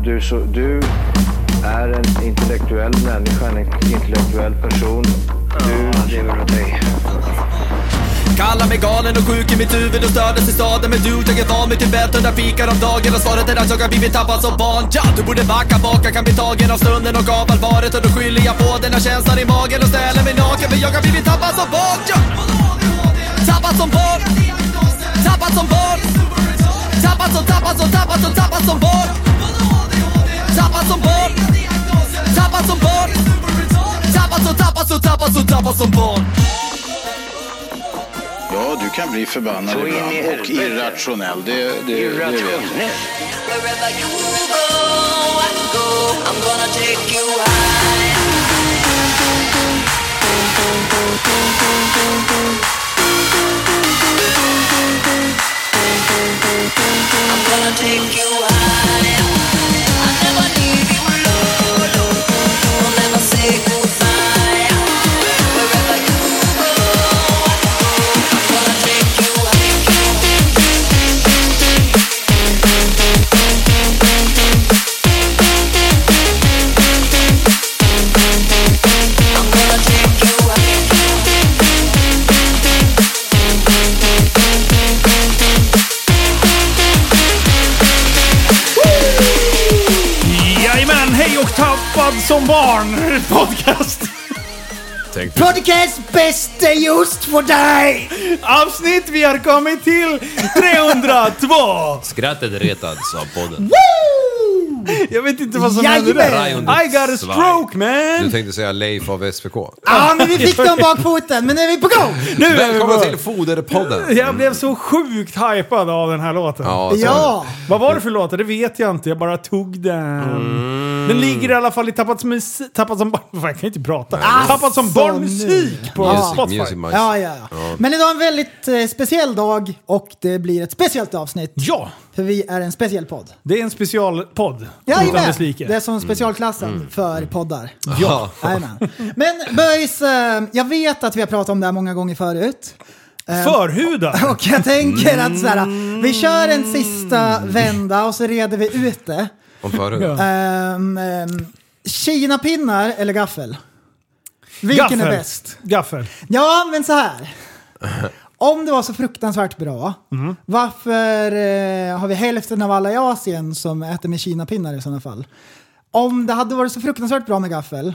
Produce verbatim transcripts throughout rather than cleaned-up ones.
du, så, du är en intellektuell människa, en intellektuell person. Du lever åt dig. Kallar mig galen och sjuk i mitt huvud och stördes i staden. Men du, jag är van vid Tibet under fikar om dagen. Och svaret är att jag har blivit tappad som barn. Ja, du borde backa bak, jag kan bli tagen av stunden och av allvaret. Och då skyller jag på den här känslan i magen och ställer mig naken. För jag har blivit tappad som barn. Ja. Tappad som barn. Tappad som barn. Tappad som, tappad som, tappad som, tappad som barn. Tappad som barn. Tappad som barn. Tappad som, tappad som, tappad som, tappad som barn. Ja, du kan bli förbannad ibland och irrationell. Det, det, det vet jag. Wherever you go, I go. I'm gonna take you high. I'm gonna take you high. I never leave you alone. I'll never say goodbye. Wherever you go, I go. I'm gonna take you I'm gonna take you Jajamän, hej och tappad som barn podcast. Podcast bästa just för dig. Avsnitt vi har kommit till trehundratvå. Skrattet retats av podden. Jag vet inte vad som Jajamän. händer. I got a stroke, man. Du tänkte säga Leif av S V K. Ja, men vi fick dem bakfoten, men nu är vi på gång. Nu är vi Välkommen på. till Foderpodden. Jag blev så sjukt hypad av den här låten. Ja, så Ja. Vad var det för låt? Det vet jag inte. Jag bara tog den. Mm. Den ligger i alla fall i Tappat som, mus- tappat som barn... Jag kan inte prata. Alltså, Tappat som barnmusik på Music, Spotify. music, music. Ja, ja, ja. Men idag är en väldigt eh, speciell dag och det blir ett speciellt avsnitt. Ja, För vi är en speciell podd. det är en specialpodd. Ja, utan dess like. det är som specialklassen Mm. för poddar. Ja. Jajamän. Men Böjs, eh, jag vet att vi har pratat om det här många gånger förut. Förhudar. Och jag tänker att så här, vi kör en sista vända och så reder vi ut det. Om förut. Ja. Um, um, Kina-pinnar eller gaffel? Vilken Gaffel. är bäst? Gaffel. Ja, men så här. Om det var så fruktansvärt bra, Mm. varför eh, har vi hälften av alla i Asien som äter med Kina-pinnar i sådana fall? Om det hade varit så fruktansvärt bra med gaffel,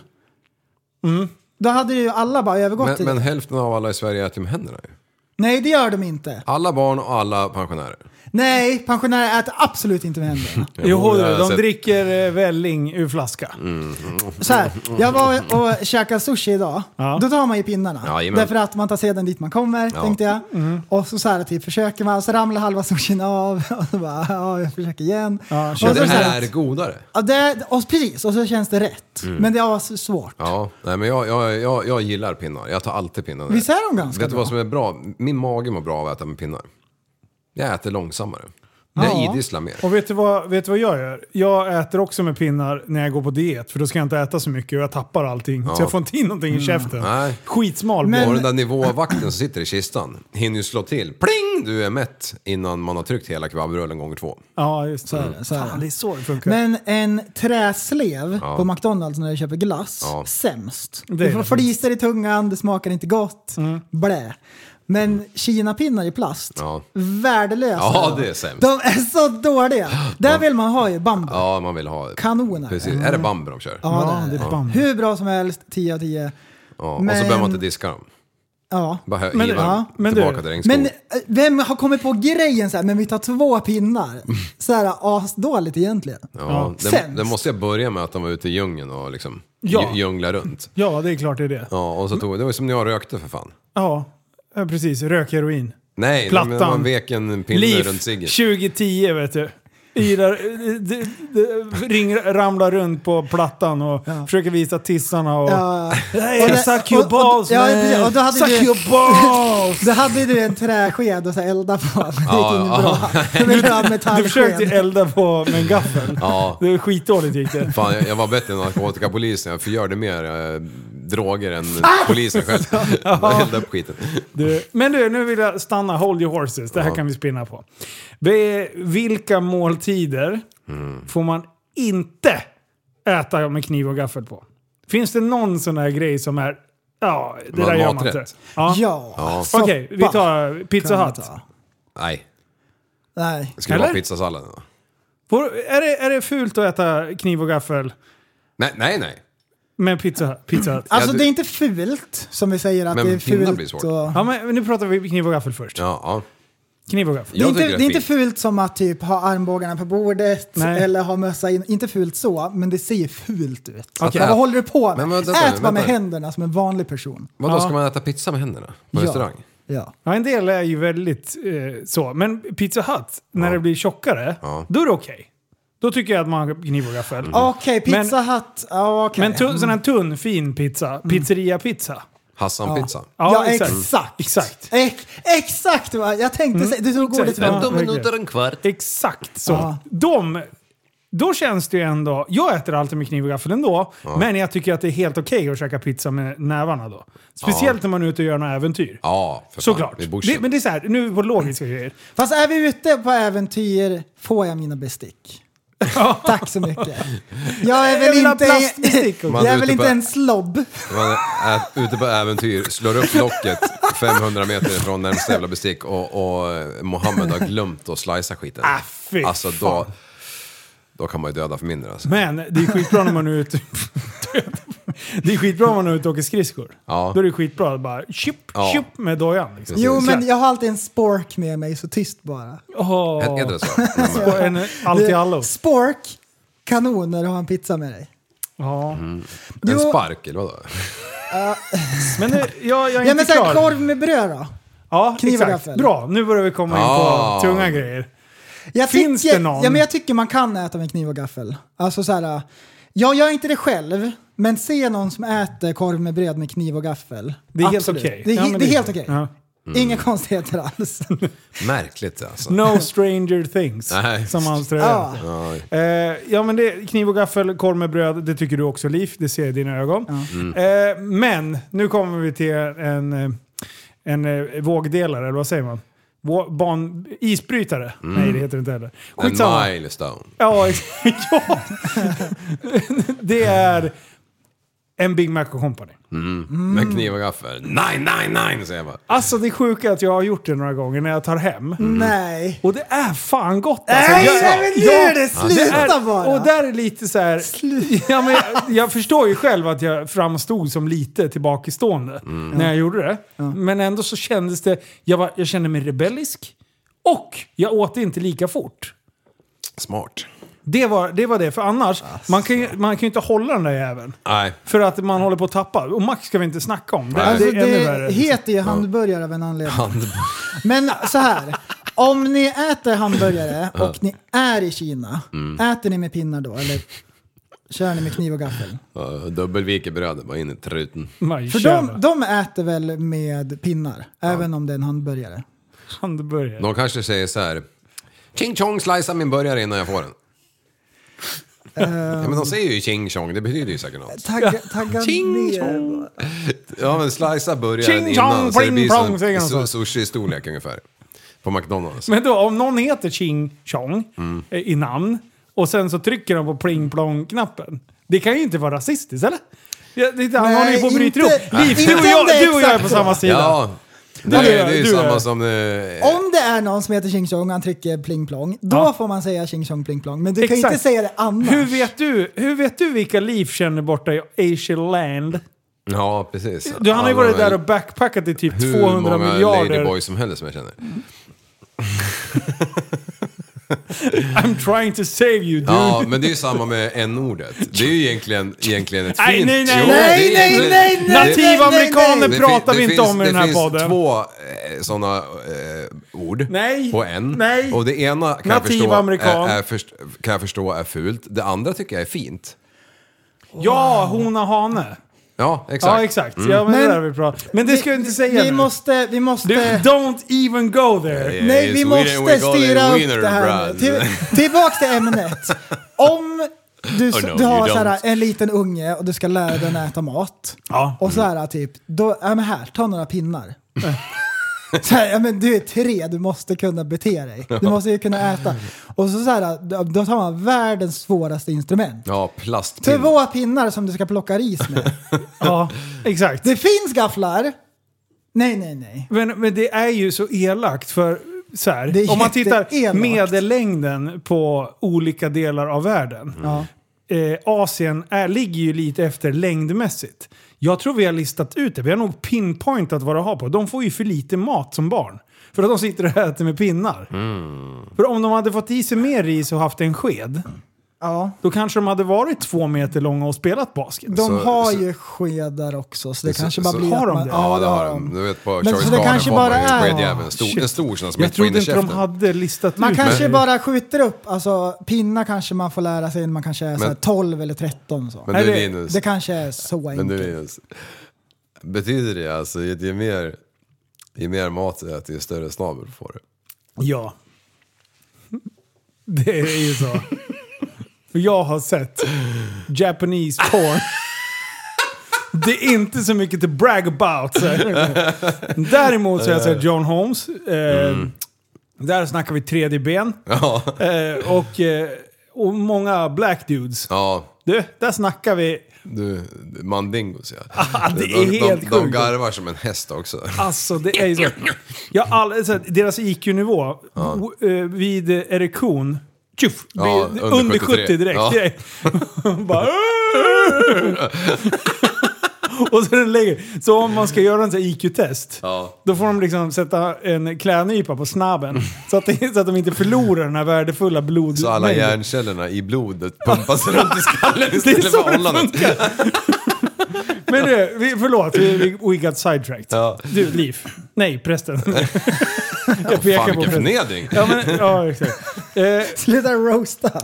Mm. då hade ju alla bara övergått Men, till men det. hälften av alla i Sverige äter med händerna ju. Nej, det gör de inte. Alla barn och alla pensionärer. Nej, pensionärer äter absolut inte med händerna. Jo, jag har de sett- dricker eh, välling ur flaska. Så här, jag var och käkade sushi idag. Ja. Då tar man ju pinnarna. Jajamän. Därför att man tar sedan dit man kommer, Ja. tänkte jag. Mm. Och så, så här typ försöker man, så ramlar halva sushin av. Och så bara, ja, jag försöker igen. Ja, och känns så Det så här är godare. ja, det, och precis, och så känns det rätt. Men det var så svårt. Ja, nej men jag, jag, jag, jag gillar pinnar. Jag tar alltid pinnar. Visst är de ganska Vet du bra? vad som är bra? Min mage mår bra av att äta med pinnar. Jag äter långsammare. Ja. Jag idisslar mer. Och vet du, vad, vet du vad jag gör? Jag äter också med pinnar när jag går på diet. För då ska jag inte äta så mycket och jag tappar allting. Så jag får inte in någonting i käften. Nej. Skitsmal. Men- Och den där nivåvakten som sitter i kistan hinner ju slå till. Pling! Du är mätt innan man har tryckt hela kebabrullen gånger två. Ja, just Så så. är det, så är det. Fan, det är så det funkar. Men en träslev Ja. på McDonalds när du köper glass, Ja. sämst. Det är Du får det fliser i tungan, det smakar inte gott. Blä. Men Kina-pinnar i plast, Ja. värdelösa. Ja, det är sämst. De är så dåliga. Där vill man ha ju bambu. Ja, man vill ha... Kanoner. Precis. Är det bambu de kör? Ja, Ja, det är det är det. bambu. Hur bra som helst, tio av tio. Ja. Och så Men- behöver man inte diska dem. Ja. Bara hö- Men- hiva ja, dem men tillbaka du- till regnskogen. Men eh, vem har kommit på grejen så här, men vi tar två pinnar? Så här asdåligt egentligen. Ja, det, Sämst. det måste jag börja med att de var ute i djungeln och liksom Ja. ja. djungla runt. Ja, det är klart det är det. Ja, och så tog, det var som när jag rökte för fan. Ja, ja precis. Rökheroin. Nej, Plattan. men man vek en pinne Liv runt ciggen. tjugo tio, vet du. Irar, d- d- ring, ramlar runt på plattan och Ja. försöker visa tissarna och... Ja. Hey, Och det- suck och- your och- balls, ja, man. precis. Och då hade Suck du- your balls! Då hade du en träsked och så elda på. Det gick Ja, inget ja. bra. Du ville ha Du metallsked. försökte elda på med en gaffel. Ja. Det var skitdåligt gick det. Fan, jag, jag var bättre än narkotikapolisen. Jag förgörde mer eh, droger än Ah! polisen själv. Jag eldade upp skiten. Du, men du, nu vill jag stanna. Hold your horses. Det här Ja. kan vi spinna på. Be- Vilka måltider får man inte äta med kniv och gaffel på. Finns det någon sån här grej som är... Ja, det Man- där gör man maträtt. inte. Ja. Ja, Ja. soppa Okej, vi tar Pizza kan man Hut. ta. Nej, Nej. det skulle Eller? vara pizzasalladen. va? Får- Är det, är det fult att äta kniv och gaffel Nej, nej, nej. med pizza, pizza Hut? Alltså Ja, du- det är inte fult, som vi säger att Men det är pinnar fult. blir svårt. Och... Ja, men nu pratar vi kniv och gaffel först. Ja, ja. Kniv och gaffel. Det är, Jag inte, tycker det är inte fint. fult som att typ ha armbågarna på bordet Nej. eller ha mössa in. Inte fult så, men det ser fult ut. Okej. Men vad håller du på med? Men vänta, Ät vänta, bara med vänta. händerna som en vanlig person. Vadå, Ja. ska man äta pizza med händerna? På Ja. restaurang? Ja. Ja, en del är ju väldigt eh, så. Men Pizza Hut, när Ja. det blir tjockare, Ja. då är det okej. Då tycker jag att man har kniv och gaffel. Okej, Pizza Hut. Ja, okej. Men tu- sån här tunn, fin pizza. Pizzeria-pizza. Hassan-pizza? Ja, exakt. Exakt. Ex- exakt vad jag tänkte säga. Du tog ordet Exakt. från. Ja. minuter, en kvart. Exakt så. Ja. De, då känns det ju ändå... Jag äter alltid med kniv och gaffel ändå. Men jag tycker att det är helt okej att käka pizza med nävarna då. Speciellt när man är ute och gör några äventyr. Ja, för fan. Såklart. Vid bushen. Det, men det är så här, nu är vi på logiska grejer. Fast är vi ute på äventyr får jag mina bestick. Tack så mycket. Jag är Jag väl vill ha inte, plastbestick också. Man jag är är väl ute inte på- en slobb. Man är ute på äventyr, slår upp locket femhundra meter från närmsta jävla bestick och, och Mohammed har glömt att slicea skiten. Ah, fy alltså då, då kan man ju döda för mindre alltså. Men det är skitbra när man är ute... Det är skitbra när man är ute och åker skridskor. Ja. Då är det skitbra att bara chip, Ja. chip med dojan. Liksom. Jo, men jag har alltid en spork med mig, så tyst bara. Åh. Är det så? Och en allt i allo. Spork, kanon när du har en pizza med dig. Ja. En Jo. spark eller vadå? Men nu, jag, jag är Ja, inte men såhär klar. korv med bröd då? Ja, kniv och exakt. gaffel. Bra, nu börjar vi komma in Ah. på tunga grejer. Jag Finns tycker, det någon? Ja, men jag tycker man kan äta med kniv och gaffel. Alltså såhär, jag gör inte det själv, men se någon som äter korv med bröd med kniv och gaffel. Det är helt Absolut. okej. Det är, Ja, he- men det är det är helt så. okej. Ja. Inga konstigheter alls. Märkligt alltså. No stranger things, Nej. som han strävar Ja. efter. Eh, ja, men det, kniv och gaffel, korv med bröd, det tycker du också, Liv. Det ser jag i dina ögon. Eh, men nu kommer vi till en, eh, en eh, vågdelare, eller vad säger man? Vå- ban, isbrytare? Nej, det heter det inte heller. En Skitsamma. milestone. Ja, ex- ja. Det är en Big Mac och Company. Med kniv och gaffel. Nej, nej, nej, säger jag bara. Alltså det sjuka är att jag har gjort det några gånger när jag tar hem. Nej. Och det är fan gott alltså. Nej, Jag- nej, men nu är det sluta är- bara. Och där är lite så här. Ja, men jag, jag förstår ju själv att jag framstod som lite tillbakastående när jag gjorde det. Men ändå så kändes det, jag, var, jag kände mig rebellisk. Och jag åt inte lika fort. Smart. Det var det, var det. För annars, man kan, ju, man kan ju inte hålla den där jäveln. Nej. För att man håller på att tappa. Och Max ska vi inte snacka om. Det, Nej. Alltså, det är ännu det värre. heter ju hamburgare av en anledning. Hand. Men så här. Om ni äter hamburgare och ni är i Kina, äter ni med pinnar då? Eller kör ni med kniv och gaffel? Uh, Dubbelviker brödet, bara in i truten. Man För kör de, de äter väl med pinnar, även om det är en hamburgare. hamburgare. De kanske säger så här: ching chong, slicea min burgare innan jag får den. Ja, men de säger ju ching chong, det betyder ju säkert något. Tagga, tagga Ching ner. chong. Ja, men slicea burgaren Ching chong, innan så det pling blir plong, säger som de su- så. sushi-storlek ungefär. På McDonalds. Men då, om någon heter Ching Chong Mm. eh, i namn och sen så trycker de på pling plong knappen. Det kan ju inte vara rasistiskt, eller? Ja, det, han Nej, håller ju på att bryta inte- ihop. Liv, inte du och om jag, det är du och jag är exakt på så. samma sida. Ja, det Du är, är- det är ju du samma är- som... Eh, Om det är någon som heter Ching Chong och han trycker pling plong, då Ja. får man säga Ching Chong pling plong. Men du kan Exakt. inte säga det annars. Hur vet du, hur vet du vilka Liv känner borta i Asian land? ja, precis. Du, han har ju Alla varit där väl- och backpackat i typ hur tvåhundra många miljarder. ladyboys som helst som jag känner. I'm trying to save you, dude. Ja, men det är ju samma med n-ordet. Det är ju egentligen, egentligen ett Nej, fint... nej, nej, Jo, nej, det är nej, egentligen- nej, nej, det- nej, Nativamerikaner det pratar fin- vi det inte finns- om i den här podden. Det finns två eh, sådana eh, ord Nej. på en. Nej. Och det ena kan jag, förstå Nativamerikan. är, är, först, kan jag förstå är fult. Det andra tycker jag är fint. Ja, hona hane. Ja, exakt. Ja, exakt. Ja, men, Men- det där vi pratar. Men det ska jag inte säga Vi nu. måste, vi måste... Du, don't even go there. Ja, Nej, i vi Sweden måste we call it styra upp wiener det här. bread. Till, tillbaks till ämnet. Om du, Oh, no, du har you så här, don't. en liten unge och du ska lära den äta mat. Ja. Och så här typ, då, ja men här, ta några pinnar. Så här, ja, men du är tre, du måste kunna bete dig. Du måste ju kunna äta. Och så, så här, då tar man världens svåraste instrument. Ja, plastpinnar. Två pinnar som du ska plocka ris med. Ja, exakt. Det finns gafflar. Nej, nej, nej. Men, men det är ju så elakt för så här, Det är om man tittar jätteelakt. medellängden på olika delar av världen. Ja. Eh, Asien är, ligger ju lite efter längdmässigt. Jag tror vi har listat ut det. Vi har nog pinpointat vad de har på. De får ju för lite mat som barn. För att de sitter och äter med pinnar. Mm. För om de hade fått i sig mer ris och haft en sked, Ja. då kanske de hade varit två meter långa och spelat basket. De Så- har så- ju skedar också, så det Så- kanske så- bara blir har att de man, det? Ja, det har ja, de. Du vet, på Men Charles så det Garden kanske får man bara ju är- skedjäveln. En stor, Shit. en stor som man Jag smäller på in trodde i inte de käften. hade listat Man ut. kanske men- bara skjuter upp, alltså pinnar kanske man får lära sig när man kanske är så här Men- tolv eller tretton så. Men Nej, du det- Linus, Det kanske är så men du enkelt. Linus, betyder det alltså att ju mer, ju mer mat du äter, ju större snabel får du? Ja. Det är ju så. För jag har sett Japanese porn. Det är inte så mycket to brag about. Så. Däremot så har jag sett John Holmes. Eh, Mm. Där snackar vi tredje ben. Ja, Eh, och, eh, och många black dudes. ja. Du, där snackar vi... Du, mandingos ja. Ah, det är de, helt de, de sjukt. garvar som en häst också. Alltså det är ju så. Jag all, så här, deras I Q-nivå ja. vid erektion. Tjuff, Ja, vid, under under sjuttiotre. sjuttio direkt. Ja. direkt. Bara, och så den lägger. Så om man ska göra en sån här I Q-test. Ja. Då får de liksom sätta en klädnypa på snabben. Så att, det, så att de inte förlorar den här värdefulla blod. Så alla hjärncellerna i blodet pumpas runt i skallen Det är istället så för det ollonet. funkar. Men du, vi, förlåt, vi, vi we got sidetracked. Ja. Du, Liv. Nej, prästen. Jag pekar Fan på vilken prästen. förnedring. Ja, men, ja, exakt. Eh, Sluta roasta.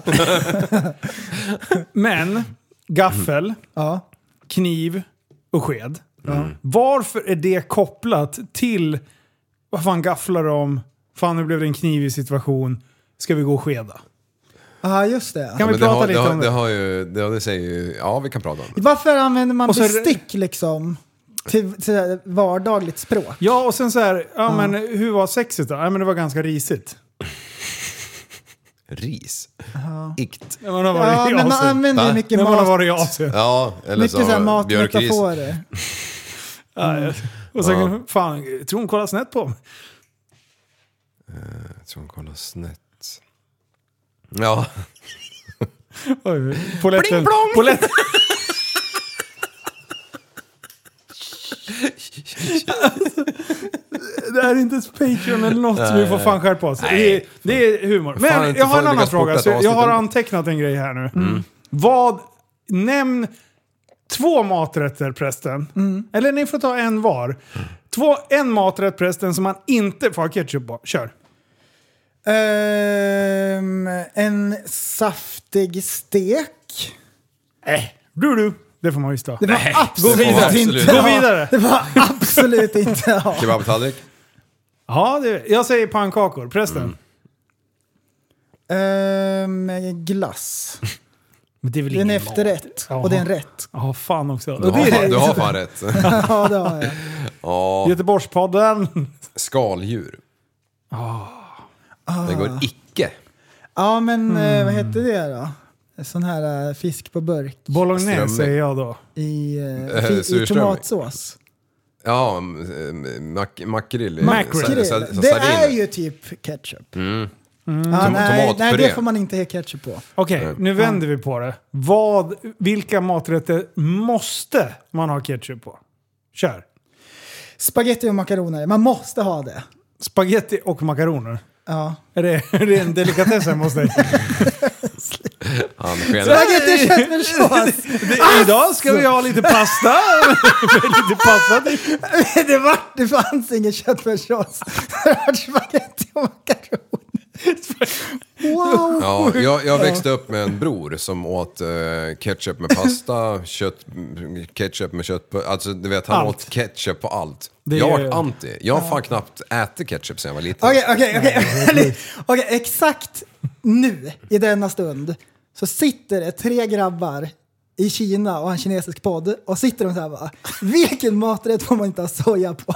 men, gaffel, Ja. kniv och sked. Varför är det kopplat till, vad fan gafflar de? Fan, nu blev det en knivig situation. Ska vi gå och skeda? Ja, just det. Kan Ja, vi men det, prata har, lite det, har, om det det? har ju, det, har- det säger ju, ja vi kan prata om det. Varför använder man Och så är det- bestick liksom till, till vardagligt språk? Ja, och sen så här, ja men hur var sexet då? Ja, men det var ganska risigt. Ris. Ikt. När man har varit Ja, i men man Asien. använder ju Va? mycket När man har mat. varit i Asien. Ja, eller Mycket så här så björkris. matmetaforer. Ja, ja. Och sen, fan, jag tror hon kollar snett på mig. Jag tror hon kollar snett. Ja. Oj, poletten. Bling blong! Poletten. Det här är inte ett Patreon eller något, så vi får fan skärpa oss. Det är, det är humor. Fan, Men inte jag har en får annan lyckas fråga. porta Så ett jag har avsnitt. antecknat en grej här nu. Vad, nämn två maträtter, prästen. Eller ni får ta en var. Två, en maträtt, prästen, som man inte får ha ketchup på. Kör. Ehm, en saftig stek. Äh, du du. Det får man visst ha. Det var Gå absolut vidare. inte Absolut. Gå ha. vidare. Det var absolut inte ha. Kebabtallrik. Ja, det, jag säger pannkakor. Prästen. Ehm, glass. Men det är väl Det är en ingen efterrätt. mat. Och det är en rätt. Ja, fan också. Du har, fan, du har fan rätt. Ja, det har jag. Ja, Göteborgspodden. skaldjur. Det går icke. Ja, men eh, vad hette det då? Sån här eh, fisk på burk Bolognese Strömming. säger jag då. i, eh, Eh, fi- i surströmming. tomatsås. Ja, m- mak- makrill. Makrill. Sa- sa- sa- Det sardiner. är ju typ ketchup. Mm. Ja, Tom- nej, nej, tomatpuré. det får man inte ha ketchup på. Okej, Nej. nu vänder vi på det. Vad, vilka maträtter måste man ha ketchup på? Kör. Spaghetti och makaroner, man måste ha det. Spaghetti och makaroner. Ja. Är det, är det en delikatess hemma hos dig? Han skenar. Spaghetti och köttfärssås! Det, idag ska vi ha lite pasta. lite pasta till. det, var, det fanns ingen köttfärssås. Det var spaghetti och makaroner. Wow! Ja, jag, jag växte upp med en bror som åt eh, ketchup med pasta, kött, ketchup med kött på, alltså du vet han Allt. åt ketchup på allt. Det jag har är- varit anti. Jag har fan knappt ätit ketchup sedan jag var liten. Okej, okej, okej. Okej, exakt nu, i denna stund, så sitter det tre grabbar i Kina och har en kinesisk podd och sitter de så här bara, vilken maträtt får man inte ha soja på?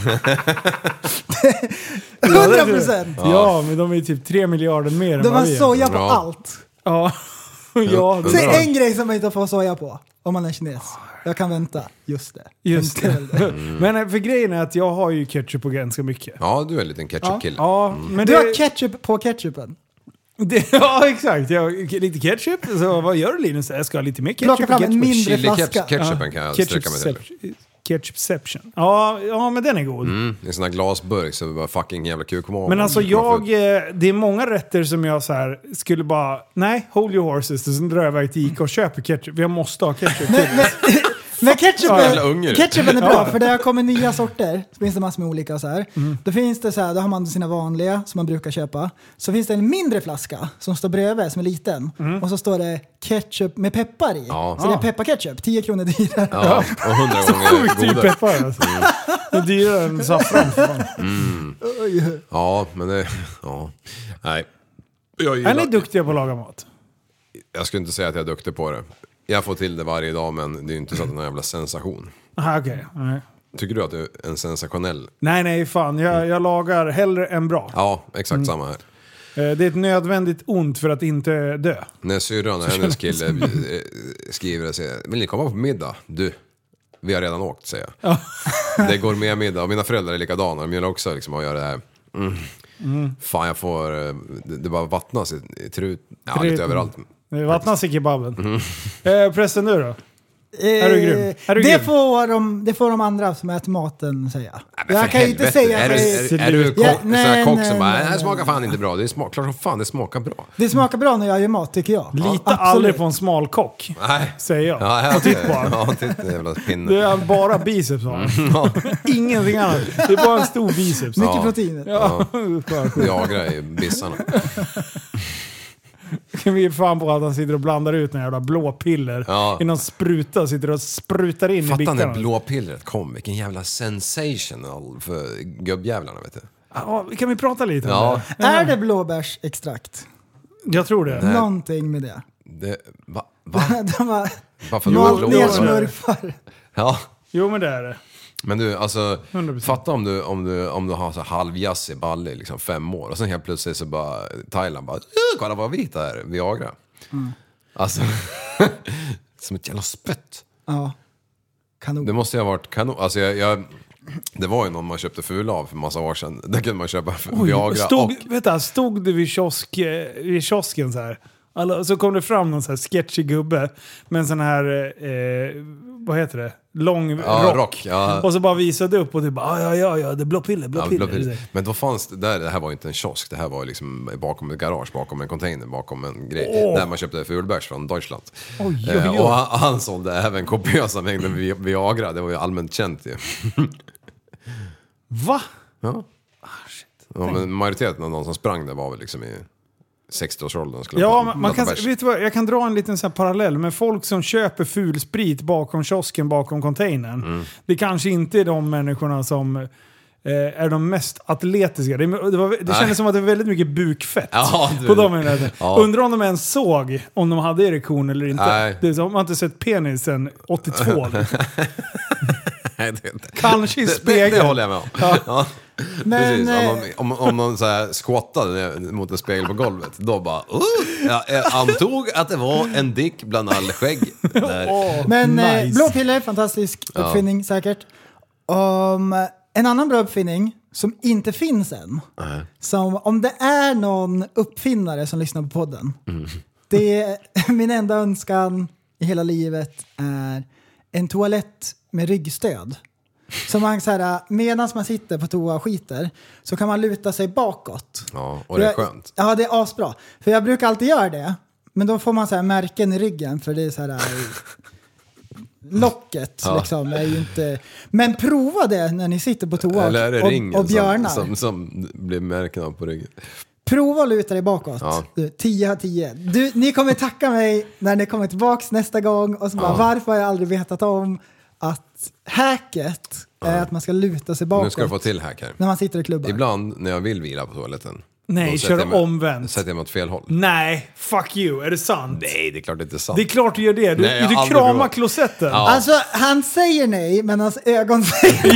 hundra procent! Ja, men de är typ tre miljarder mer än De vad har vi är. soja på Ja. allt. Ja. Ja, det Säg är en grej som man inte får soja på om man är kines. Jag kan vänta. Just det. just det. Men eh, för grejen är att jag har ju ketchup på ganska mycket. Ja, du är en liten ketchup-kille. Ja, men Du det, har ketchup på ketchupen. det, ja, exakt. Jag, lite ketchup. Så vad gör du, Linus? Jag ska ha lite mer ketchup. Plocka och fram en ketchup. mindre Chili flaska. ketchupen kan jag sträcka mig till. Ketchup- Ketchupception. Ja, ja, men den är god. Mm, i en sån här glasburk så bara fucking jävla kukmål. Men alltså jag, eh, det är många rätter som jag så här skulle bara, nej, hold your horses, och sen drar jag iväg till Ica och köper ketchup. Jag måste ha ketchup. Men ketchupen, Jävla unge. ketchupen är bra, Ja. för det har kommit nya sorter. Så finns det massor med olika så här. Då finns det så här, då har man sina vanliga som man brukar köpa. Så finns det en mindre flaska som står bredvid, som är liten. Och så står det ketchup med peppar i. Ja. Så det är pepparketchup, tio kronor dyrare. Ja, och hundra gånger Sjukt dyr godare. peppar alltså. Det är dyrare än saffran. för fan. Ja, men det... Ja. Nej. Jag, Är gillar, ni duktiga på att laga mat? jag skulle inte säga att jag är duktig på det. Jag får till det varje dag, men det är ju inte så att det är någon jävla sensation. Aha, okej. Nej. Tycker du att du är en sensationell? nej, nej, fan. Jag, jag lagar hellre än bra. Ja, exakt samma här. Eh, Det är ett nödvändigt ont för att inte dö. När syrran och hennes kille eh, skriver och säger, vill ni komma på middag? Du, vi har redan åkt, säger jag. Det går med middag, och mina föräldrar är likadana. De gillar också liksom att göra det här. Mm. Mm. Fan, jag får... eh, Det, det bara vattnas i, i trut. Ja, lite Truten. överallt. Det vattnas i kebaben. Mm. Eh, Prästen, du då? Är du grym? Är du det, grym? får de, det får de andra som äter maten säga. Nej, men Jag för kan ju inte helvete. säga Är du, att är, är du kock, Ja, sån här nej, kock nej, som bara, nej, det här nej. smakar fan inte bra. Det smakar, klart som fan det smakar bra. det smakar bra när jag gör mat, tycker jag. Lita Absolut. aldrig på en smal kock, Nej. säger jag. Ja, här, Och titt på han. Ja, titta jävla pinne. Det är bara biceps har han. Ingenting annat. Det är bara en stor biceps. Mycket Ja. proteiner. Ja, fan, sjukt. Jagra i bissarna. Kan vi fan på att han sitter och blandar ut några jävla blå piller Ja. i någon spruta, sitter och sprutar in i Fatta när bickarna. blåpillret kom. Vilken jävla sensational för gubbjävlarna, vet du. Ja, kan vi prata lite om Ja, det? Är det blåbärsextrakt? Jag tror det. Nej. Någonting med det. det... Va? Va? De har Varför malt blå- ner blå- smurfar. Ja. Jo, men det är det. Men du, alltså, hundra procent. fatta om du, om du, om du har så halvjass i balle i liksom fem år och sen helt plötsligt så bara Thailand bara, kolla vad vit det är, Viagra. Mm. Alltså, som ett jävla spött. Ja, kanon. Det måste ju ha varit kanon. Alltså jag, jag, det var ju någon man köpte ful av för massa år sedan. Där kunde man köpa Viagra stod, och... vänta, stod det vid, kiosk, eh, vid kiosken så här. Alltså, så kom det fram någon så här sketchy gubbe med en sån här, eh, vad heter det? Lång Ja, rock. rock, ja. Och så bara visade upp och du bara, "Ah, ja, ja, ja, det är blå piller, blå Ja, piller. blå piller. Men då fanns det, där, det här var ju inte en kiosk, det här var liksom bakom ett garage, bakom en container, bakom en grej. Åh. Där man köpte fulbärs från Deutschland. Oj, oj, Eh, oj. och han, han sålde även kopiösa mängder Vi- Viagra, det var ju allmänt känt ju. Va? Ja. Ja, men majoriteten av de som sprang där var väl liksom i sextioårsåldern. skulle Ja, jag man, man kan, bärs. vet du vad, jag kan dra en liten så här parallell med folk som köper ful sprit bakom kiosken, bakom containern. Mm. Det kanske inte är de människorna som eh, är de mest atletiska. Det, det, var, det Nej. kändes som att det var väldigt mycket bukfett Ja, du- på de människorna. Ja. Undrar om de ens såg om de hade erektion eller inte. Nej. Det är som, man har inte sett penis sen åttiotvå. liksom. Nej, det, det, Kanske i det, det, spegeln. det håller jag med om. Ja. Men, Precis, om eh, någon, om, om någon så här squattade ner mot en spegel på golvet, då bara uh, jag, jag antog att det var en dick bland all skägg där. Åh, Men nice. eh, blå piller, fantastisk uppfinning säkert. Um, en annan bra uppfinning som inte finns än. Nej. Som om det är någon uppfinnare som lyssnar på podden. Mm. Det är min enda önskan i hela livet är en toalett med ryggstöd. Så man så här, medan man sitter på toa och skiter så kan man luta sig bakåt. Ja, och det är För jag- skönt. Ja, det är asbra. För jag brukar alltid göra det. Men då får man så här märken i ryggen för det är så här locket Ja. liksom är ju inte. Men prova det när ni sitter på toa Eller är det och, ringen och björnar. som, som, som blir märken av på ryggen? Prova att luta dig bakåt. Ja. Du, tio av tio. Du, ni kommer tacka mig när ni kommer tillbaks nästa gång och så bara, Ja. varför har jag aldrig vetat om att hacket är att man ska luta sig bakåt Nu ska du få till hack här. när man sitter och klubbar. Ibland när jag vill vila på toaletten, Nej, Då sätter kör jag mig- omvänt. Sätter jag mig åt fel håll. Nej, fuck you. Är det sant? Nej, det är klart det inte är sant. Det är klart du gör det. Du, Nej, jag har du aldrig kramar provat. klosetten. Ja. Alltså, han säger nej, men hans ögon säger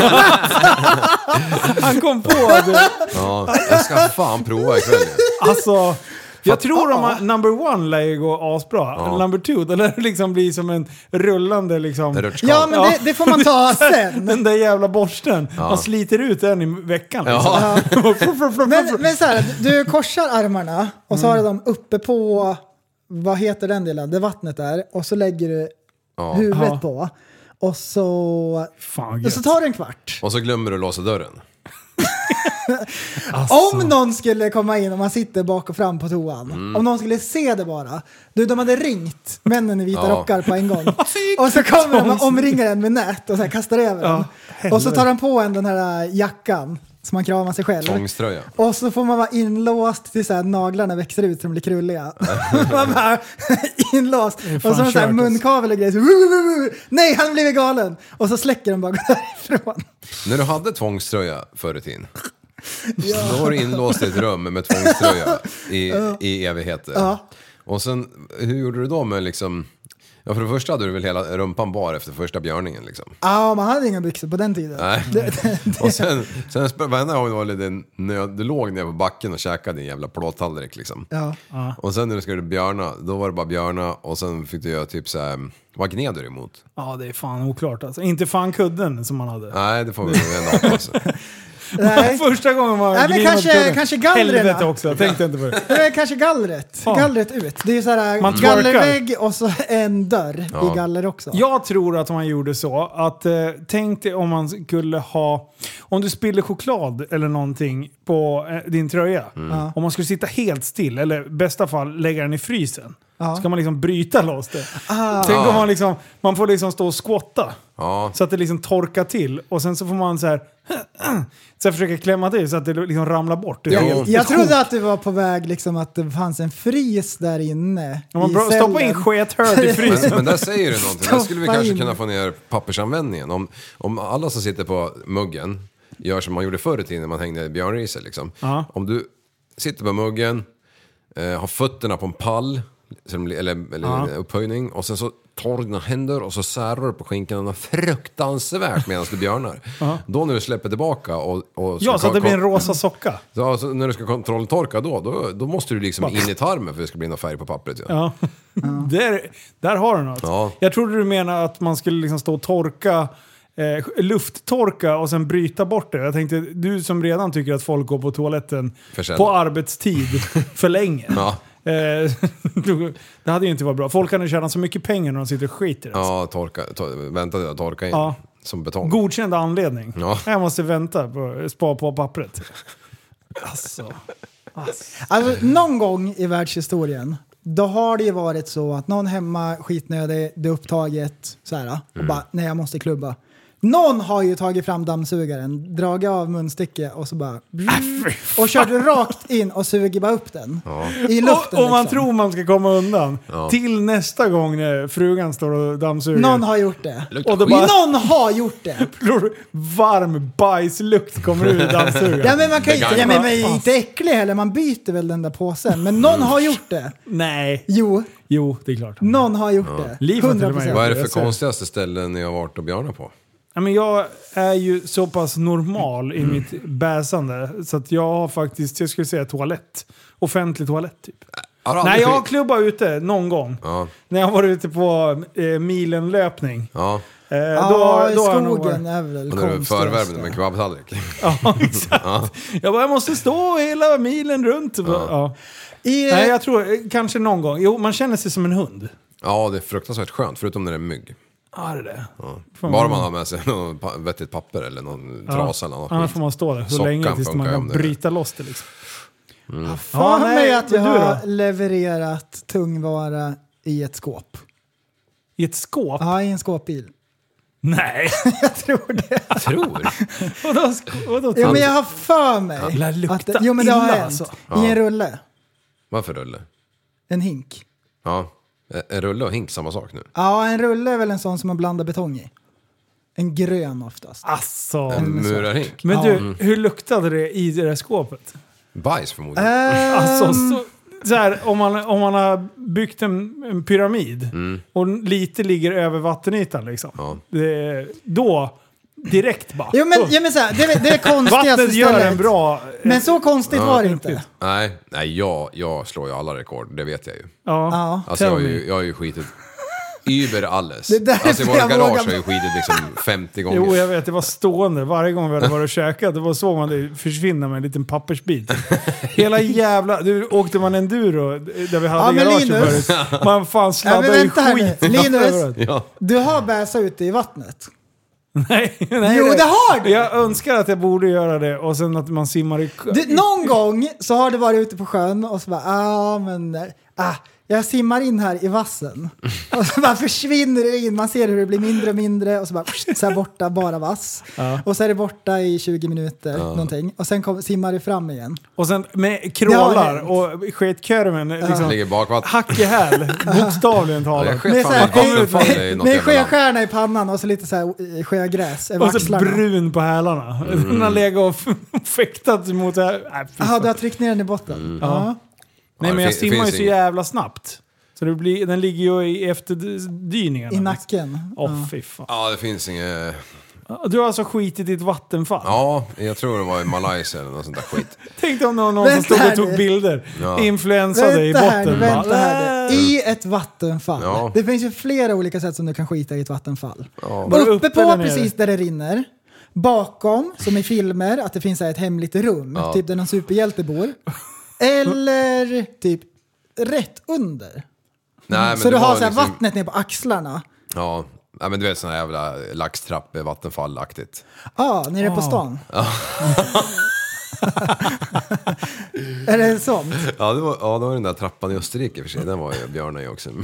Han kom på det. Ja, jag ska fan prova ikväll. Alltså, jag tror ja. att number one lär ju gå asbra. Ja. Number two, det lär liksom bli som en rullande liksom... Rutschkana. Ja, men det, det får man ta sen. Den där jävla borsten. Man sliter ut den i veckan. Liksom. Ja. Men, men så här, du korsar armarna och så har du dem uppe på, vad heter den delen, det vattnet där. Och så lägger du Ja. huvudet Ja. på. Och så, Fan, och så tar du en kvart. Och så glömmer du låsa dörren. alltså. Om någon skulle komma in och man sitter bak och fram på toan. Mm. Om någon skulle se det bara. Du, de hade ringt männen i vita Ja. rockar på en gång. Och så kommer de och omringar en med nät och så här kastar över den. Ja, Och så tar de på en den här jackan som man kramar sig själv. Tvångströja. Och så får man vara inlåst tills så här naglarna växer ut så de blir krulliga. man bara inlåst. Och så har de så här kört, munkavel och grejer. Så, "Woo, woo, woo." Nej, han blev galen. Och så släcker de bara och går därifrån. När du hade tvångströja förr i tiden. Då var du inlåst i ett rum med tvångströja i, i evigheter. Ja. Och sen, hur gjorde du då med liksom... Ja, för det första hade du väl hela rumpan bar efter första björningen liksom. Ja, man hade inga byxor på den tiden. Nej. Det, det, det. Och sen, sen varenda gång det var lite nöd, du låg ner på backen och käkade en jävla plåttallrik liksom. Ja. Och sen när du skulle björna, då var det bara björna och sen fick du göra typ så här, vad gned du emot? Ja, det är fan oklart alltså. Inte fan kudden som man hade. Nej, det får vi ändå hoppas. Nej. Första gången man Nej, men grinade kanske- på kudden. kanske gallrarna. Helvete också, jag tänkte inte på det. Det är kanske gallret. Ja. Gallret ut. Det är ju såhär Man twerkar. gallervägg och så en dörr Ja. i galler också. Jag tror att man gjorde så att, eh, tänk dig om man skulle ha, om du spiller choklad eller någonting på eh, din tröja. Ja. Om man skulle sitta helt still, eller i bästa fall lägga den i frysen. Ja. Ska man liksom bryta loss det. Ah. Tänk om man liksom, man får liksom stå och skotta. Ja, Så att det liksom torkar till. Och sen så får man så här, så här försöka klämma till så att det liksom ramlar bort. Det är Jo. helt- Jag trodde att det var på väg liksom att det fanns en frys där inne Om man i bra, stoppa in cellen. skethörd i men, frysen. men där säger du någonting. Där skulle vi Stoppa kanske in. kunna få ner pappersanvändningen. Om, om alla som sitter på muggen gör som man gjorde förr i tiden när man hängde björnriser liksom. Ja. Om du sitter på muggen, eh, har fötterna på en pall, så de blir- eller, eller Ja. upphöjning, och sen så tar du dina händer och så särar du på skinkan fruktansvärt medan du björnar. Då när du släpper tillbaka och... och Ja, så att det blir en kon- rosa socka. Ja, alltså, när du ska kontrolltorka då, då, då måste du liksom in i tarmen för att det ska bli någon färg på pappret. Ja. Ja. Där, där har du något. Ja. Jag trodde du menar att man skulle liksom stå och torka, eh, lufttorka och sen bryta bort det. Jag tänkte, du som redan tycker att folk går på toaletten För sällan. på arbetstid för länge. Ja. Eh, det hade ju inte varit bra. Folk kan ju tjäna så mycket pengar när de sitter och skiter. Alltså. Ja, torka, to- vänta till att torka in. Ja. Som betong. Godkänd anledning. Ja. Jag måste vänta på spa på pappret. Alltså. Alltså, någon gång i världshistorien, då har det ju varit så att någon hemma skitnödig, det är upptaget, så här, och Mm. bara, nej jag måste klubba. Någon har ju tagit fram dammsugaren, dragit av munstycke och så bara... och kört rakt in och suger bara upp den. I luften Och, och man liksom. tror man ska komma undan. Ja. Till nästa gång när frugan står och dammsuger. Någon har gjort det. Luktar Och då skit. bara- Någon har gjort det! varm bajslukt kommer ur dammsugaren. Ja men man kan ju Det inte, kan ja, men, vara- men, inte äcklig heller, man byter väl den där påsen. Men någon har gjort det. Nej. Jo, Jo, det är klart. någon har gjort det. Liv har till och med hundra procent. Vad är det Jag för ser. konstigaste ställen ni har varit och björnat på? Ja, men jag är ju så pass normal i mitt bäsande så att jag har faktiskt, jag skulle säga toalett. Offentlig toalett typ. Har Nej, aldrig jag har skit- klubbat ute någon gång. Ja, När jag var ute på eh, milenlöpning. ja. Eh, Ja, då, i då har jag nog skogen varit- är väl Och när du konstigast. förvärvade med en kebabtallrik. Ja, exakt. Jag bara, jag måste stå hela milen runt. Ja. I, Nej, jag tror eh, kanske någon gång. Jo, man känner sig som en hund. Ja, det är fruktansvärt skönt, förutom när det är mygg. Ja, det är det. Ja. Bara man har med sig någon pa- vettigt papper eller någon trasa eller något Annars skit. får man stå där så Sockan länge tills man funkar ju kan om det- bryta loss det liksom. för Ja, mig nej, att du jag då? har levererat tungvara i ett skåp. I ett skåp? Ja, i en skåpbil. Nej. Jag tror det. Tror? Vadå, sk- vadå? Jo, men jag har för mig Det lär lukta att det, jo, men det har illa, hänt. alltså. I en rulle. Varför rulle? En hink. Ja, en rulle och hink samma sak nu. Ja, en rulle är väl en sån som man blandar betong i. En grön oftast. Alltså. En murarhink. Men Ja. du, hur luktade det i det där skåpet? Bajs förmodligen. Ehm, Alltså, så, så här, om, man, om man har byggt en, en pyramid Mm. och lite ligger över vattenytan liksom. Ja. Det, då, direkt bara. Jo men, ja, men så här, det, är- det är konstigaste Vattnet gör stället. en bra... Men så konstigt Ja. var det inte. Nej, nej jag, jag slår ju alla rekord, det vet jag ju. Ja. Ja. Alltså jag har Tell ju, me. jag har ju skitit über alles. Det är därför Alltså i våra jag garage vågar- har jag ju skitit liksom femtio gånger. Jo, jag vet. Det var stående. Varje gång vi hade varit och käkat, det var så man det försvinna med en liten pappersbit. Hela jävla... Du, åkte man enduro där vi hade Ja, men garage Linus. förut. Man fan Ja, men sladdade ju vänta här skit. nu. Linus, överallt. Ja. du har bäsa ute i vattnet. Nej, nej. Jo, det har du! Jag önskar att jag borde göra det och sen att man simmar i... Du, någon gång så har du varit ute på sjön och så bara, ah men, ah, jag simmar in här i vassen. Och så bara försvinner det in, man ser hur det blir mindre och mindre och så bara, så här borta, bara vass. Ja. Och så är det borta i tjugo minuter, någonting. Och sen kom, simmar det fram igen. Och sen med Det krålar har och sketkurven liksom, Ligger bakvatten. hack i häl, bokstavligen Ja, talat. jag sket Med, fan så här, vad vattenfall är i något med jävla land. sjöstjärna i pannan och så lite så här eh, sjögräs över Och så axlarna. brun på hälarna. Mm. Den har legat och fäktat mot... Äh, fy Jaha, fan. du har tryckt ner den i botten? Ja. Nej, Ja, men det jag fin- simmar ju finns så inget. jävla snabbt. Så det blir, den ligger ju i efterdyningarna. I nacken. Åh, oh, fy fan. Ja, det finns inget... Du har alltså skitit i ett vattenfall? Ja, jag tror det var i Malaysia eller något sånt där skit. Tänk dig om någon, någon som Vänta stod här och tog nu. bilder. Ja. Influensade i Vänta här, nu, botten. vänta bara, här. "Äh." I ett vattenfall. Ja. Det finns ju flera olika sätt som du kan skita i ett vattenfall. Ja. Bara Uppe uppe på eller nere? precis där det rinner. Bakom, som i filmer, att det finns så här ett hemligt rum. Ja. Typ där någon superhjälte bor. Eller typ rätt under. Nej, men Så det du har var så här liksom- vattnet ner på axlarna. Ja. Ja, men du vet sån här jävla laxtrapp, vattenfallaktigt. Ja, ah, nere på stan. Är det sånt? Ja, det var, ja, det var den där trappan i Österrike för sig. Den var ju björnar i också.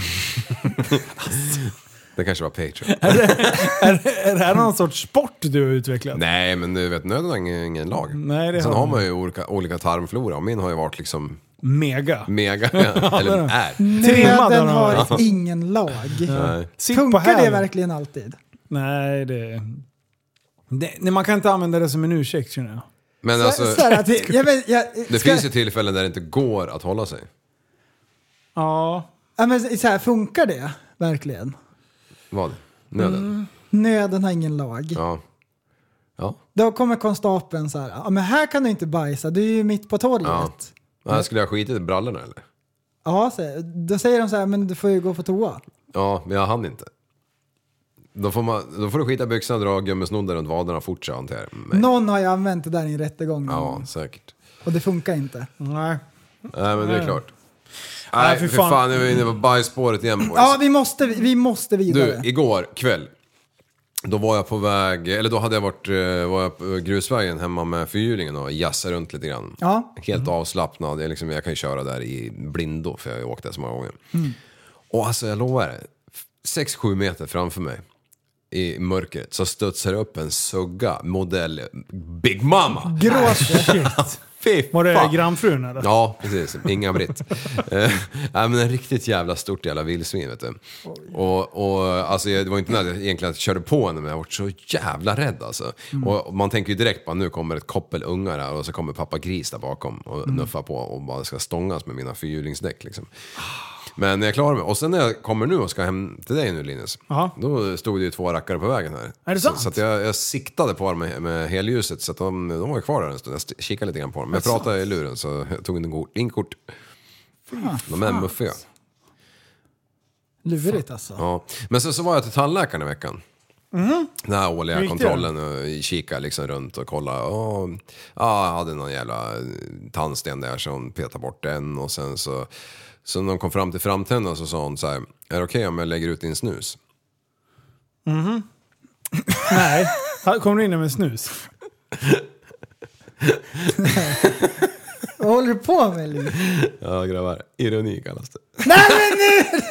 Det kanske var Patreon. Är det här någon sorts sport du har utvecklat? Nej, men du vet, nöden har ingen, ingen lag. Nej, det Sen har har man. man ju olika, olika tarmflora. Och min har ju varit liksom Mega. mega, eller är. Trimmad Nöden har den. har ingen lag. Nej. Sitt på Funkar det hälen. verkligen alltid? Nej, det... det... Nej, man kan inte använda det som en ursäkt, känner jag. Men Så, alltså, så här, att det, jag vet, jag, det ska, finns ju tillfällen där det inte går att hålla sig. Ja. ja, men, så här, funkar det verkligen? Vad? Nöden? Mm. Nöden har ingen lag. Ja. Ja. Då kommer konstapeln så här, ja men här kan du inte bajsa, du är ju mitt på torget. Ja. Ja. Ja, skulle jag skita i brallorna eller? så, då säger de så här, men du får ju gå på toa. Ja, men jag hann inte. Då får, man, då får du skita i byxorna, dra gummesnoddar runt vaderna fort så hanterar jag mig. Någon har ju använt det där i en rättegång någon Ja, gång. säkert. Och det funkar inte. Nej. Nej, men det är klart. Nej, Nej, fy för fan. fan, nu är vi inne på bajsspåret igen, boys. Ja, vi måste, vi måste vidare. Du, igår kväll, då var jag på väg, eller då hade jag varit eh, var jag på grusvägen hemma med fyrhjulingen och jassade runt lite grann. Ja. Helt avslappnad, jag, liksom, jag kan ju köra där i blindo för jag har ju åkt där så många gånger. Mm. Och alltså jag lovar det, sex sju meter framför mig i mörkret så studsar det upp en sugga modell Big Mama. Gråter. Fy Var det fan. grannfrun eller? Ja, precis. Inga-Britt. eh, nej, men en riktigt jävla stort jävla vildsvin, vet du. Och, och alltså, det var inte när jag egentligen körde på henne, men jag var så jävla rädd alltså. Mm. Och man tänker ju direkt på att nu kommer ett koppel ungar här och så kommer pappa gris där bakom och Mm. nuffar på och bara ska stångas med mina fyrhjulingsdäck liksom. Men jag klarar mig. Och sen när jag kommer nu och ska hem till dig nu, Linus, Aha. då stod det ju två rackare på vägen här. Är det så, sant? så att jag, jag siktade på dem med, med helljuset så att de, de var ju kvar där en stund. Jag st- kikade lite grann på dem. Men jag pratade i luren så jag tog en kort. Inkort. De är muffiga. Lurigt alltså. Ja. Men sen så var jag till tandläkaren i veckan. Mm. Den här årliga Hur gick det? kontrollen och kika liksom runt och kolla. Och, ja, jag hade någon jävla tandsten där som petade bort den och sen så så när de kom fram till framtänderna så sa hon så här: är det okej om jag lägger ut din snus? Nej. Kommer du in med snus? Vad håller du på med, Liv? Ja, grabbar. Ironi kallas det. Nej men nu!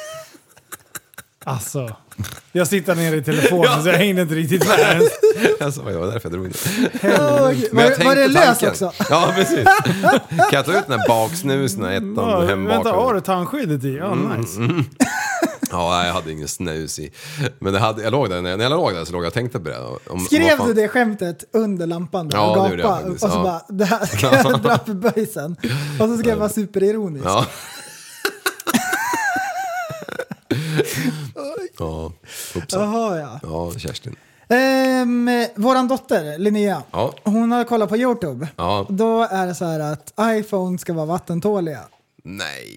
Alltså. Jag sitter ner i telefonen så jag hängde inte riktigt med. Alltså, det var därför jag drog det. Oj, Men jag var, tänkte var det lös tanken. också? Ja, precis. Kan jag ta ut den här baksnusen, ettan, Ja, hem vänta, bakom? har du tandskyddet i? Ja, nice. Ja, jag hade ingen snus i. Men det hade, jag låg där, när jag, när jag låg där så låg jag och tänkte på det. Om, Skrev om du det skämtet under lampan där, ja, och det gapa, det och så ja. bara, det här ska jag dra för böjsen. Och så skrev jag bara superironiskt. Ja. Ja, hoppsan. Jaha, ja. Ja, Kerstin. Ehm, våran dotter, Linnea, Ja. hon har kollat på YouTube. Ja. Då är det så här att iPhone ska vara vattentåliga. Nej.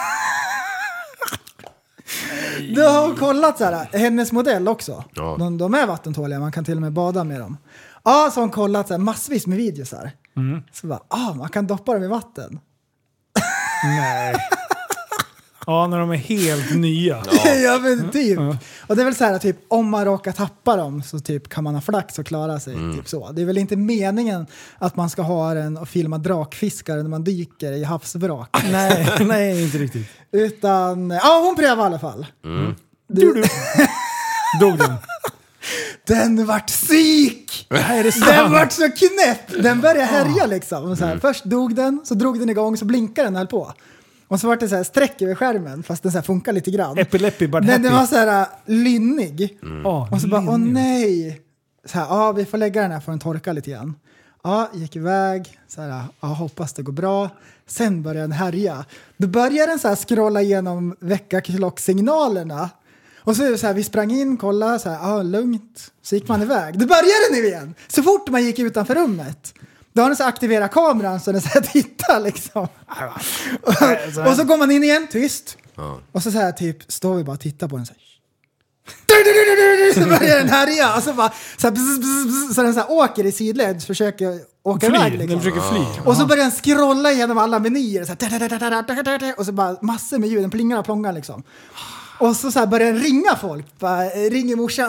Du har kollat så här, hennes modell också. Ja. De, de är vattentåliga, man kan till och med bada med dem. Ja, så har hon kollat så här, massvis med videos här. Mm. Så bara, ah, man kan doppa dem i vatten. Nej. Ja, när de är helt nya. Ja, ja men typ. Ja. Och det är väl så här, typ, om man råkar tappa dem så typ kan man ha flax och klara sig. Mm. Typ så. Det är väl inte meningen att man ska ha den och filma drakfiskare när man dyker i havsvrak. Nej, nej, inte riktigt. Utan, ja hon prövar i alla fall. Mm. Du, du. Dog den? Den vart psyk! Nej, det är Den vart så knäpp! Den började härja liksom. Så här, först dog den, så drog den igång, så blinkade den och höll på. Och så var det så här streck över skärmen, fast den så här funkar lite grann. Epilepsy, but Men den happy. var så här lynnig. Mm. Oh, Och så bara, åh lynnig. nej. Så här, ja vi får lägga den här för den torka lite grann. Ja, gick iväg. Så här, ja hoppas det går bra. Sen började den härja. Då började den så här scrolla igenom väckarklocksignalerna. Och så är det så här, vi sprang in, kollade, så här, ja lugnt. Så gick man iväg. Då började den nu igen. Så fort man gick utanför rummet. Då har den så aktiverat kameran så den så här tittar liksom. och, och så går man in igen, tyst. Ja. Och så, så här typ, står vi bara och tittar på den så här. Så börjar den härja och så bara så, här, bzz, bzz, bzz, så den så här åker i sidleds, försöker åka Fly, iväg den liksom. försöker fly. Och så börjar den scrolla igenom alla menyer så här, och så bara massor med ljud, den plingar och plångar liksom. Och så, så här börjar den ringa folk. Bara, ringer morsan.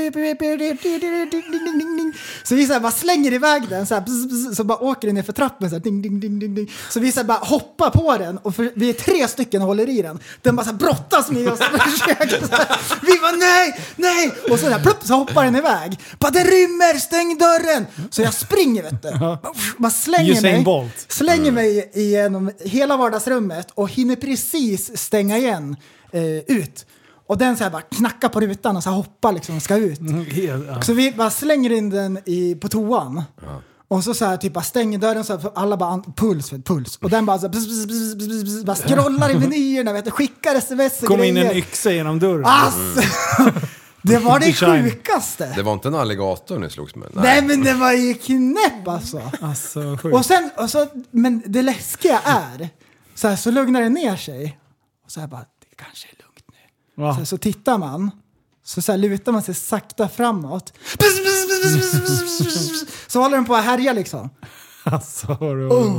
Så vi så här bara slänger iväg den. Så, här, bzz, bzz, så bara åker den ner för trappen. Så, här, ding, ding, ding, ding, ding. Så vi så här bara hoppar på den. Och för, vi är tre stycken och håller i den. Den bara så här brottas med oss. Försöker, så här. Vi bara nej, nej. Och så, där, plupp, så hoppar den iväg. Bara det rymmer, stäng dörren. Så jag springer vet du. Bara, bara slänger Usain mig. Bolt. Slänger mig igenom hela vardagsrummet. Och hinner precis stänga igen. Eh, ut. Och den så här bara knackar på rutan och så här hoppar liksom och ska ut. Mm, ja. Så vi bara slänger in den i, på toan. Ja. Och så, så här, typ bara stänger dörren så här, alla bara puls för puls. Och den bara så här, bzz, bzz, bzz, bzz, bzz, bara scrollar i menyerna, vet du, skickar sms och Kom grejer. in en yxa genom dörren. Alltså, det var det Shine. sjukaste. Det var inte en alligator ni slogs med? Nej men det var ju knäpp alltså. Alltså, sjukt. Och sen, och så, men det läskiga är, så, här, så lugnar det ner sig. Och så här bara, det kanske är lugnt nu. Va? Så, så tittar man, så, så här, lutar man sig sakta framåt. Bzz, bzz, bzz, bzz, bzz, bzz, bzz. Så håller den på att härja liksom. Alltså, Oh.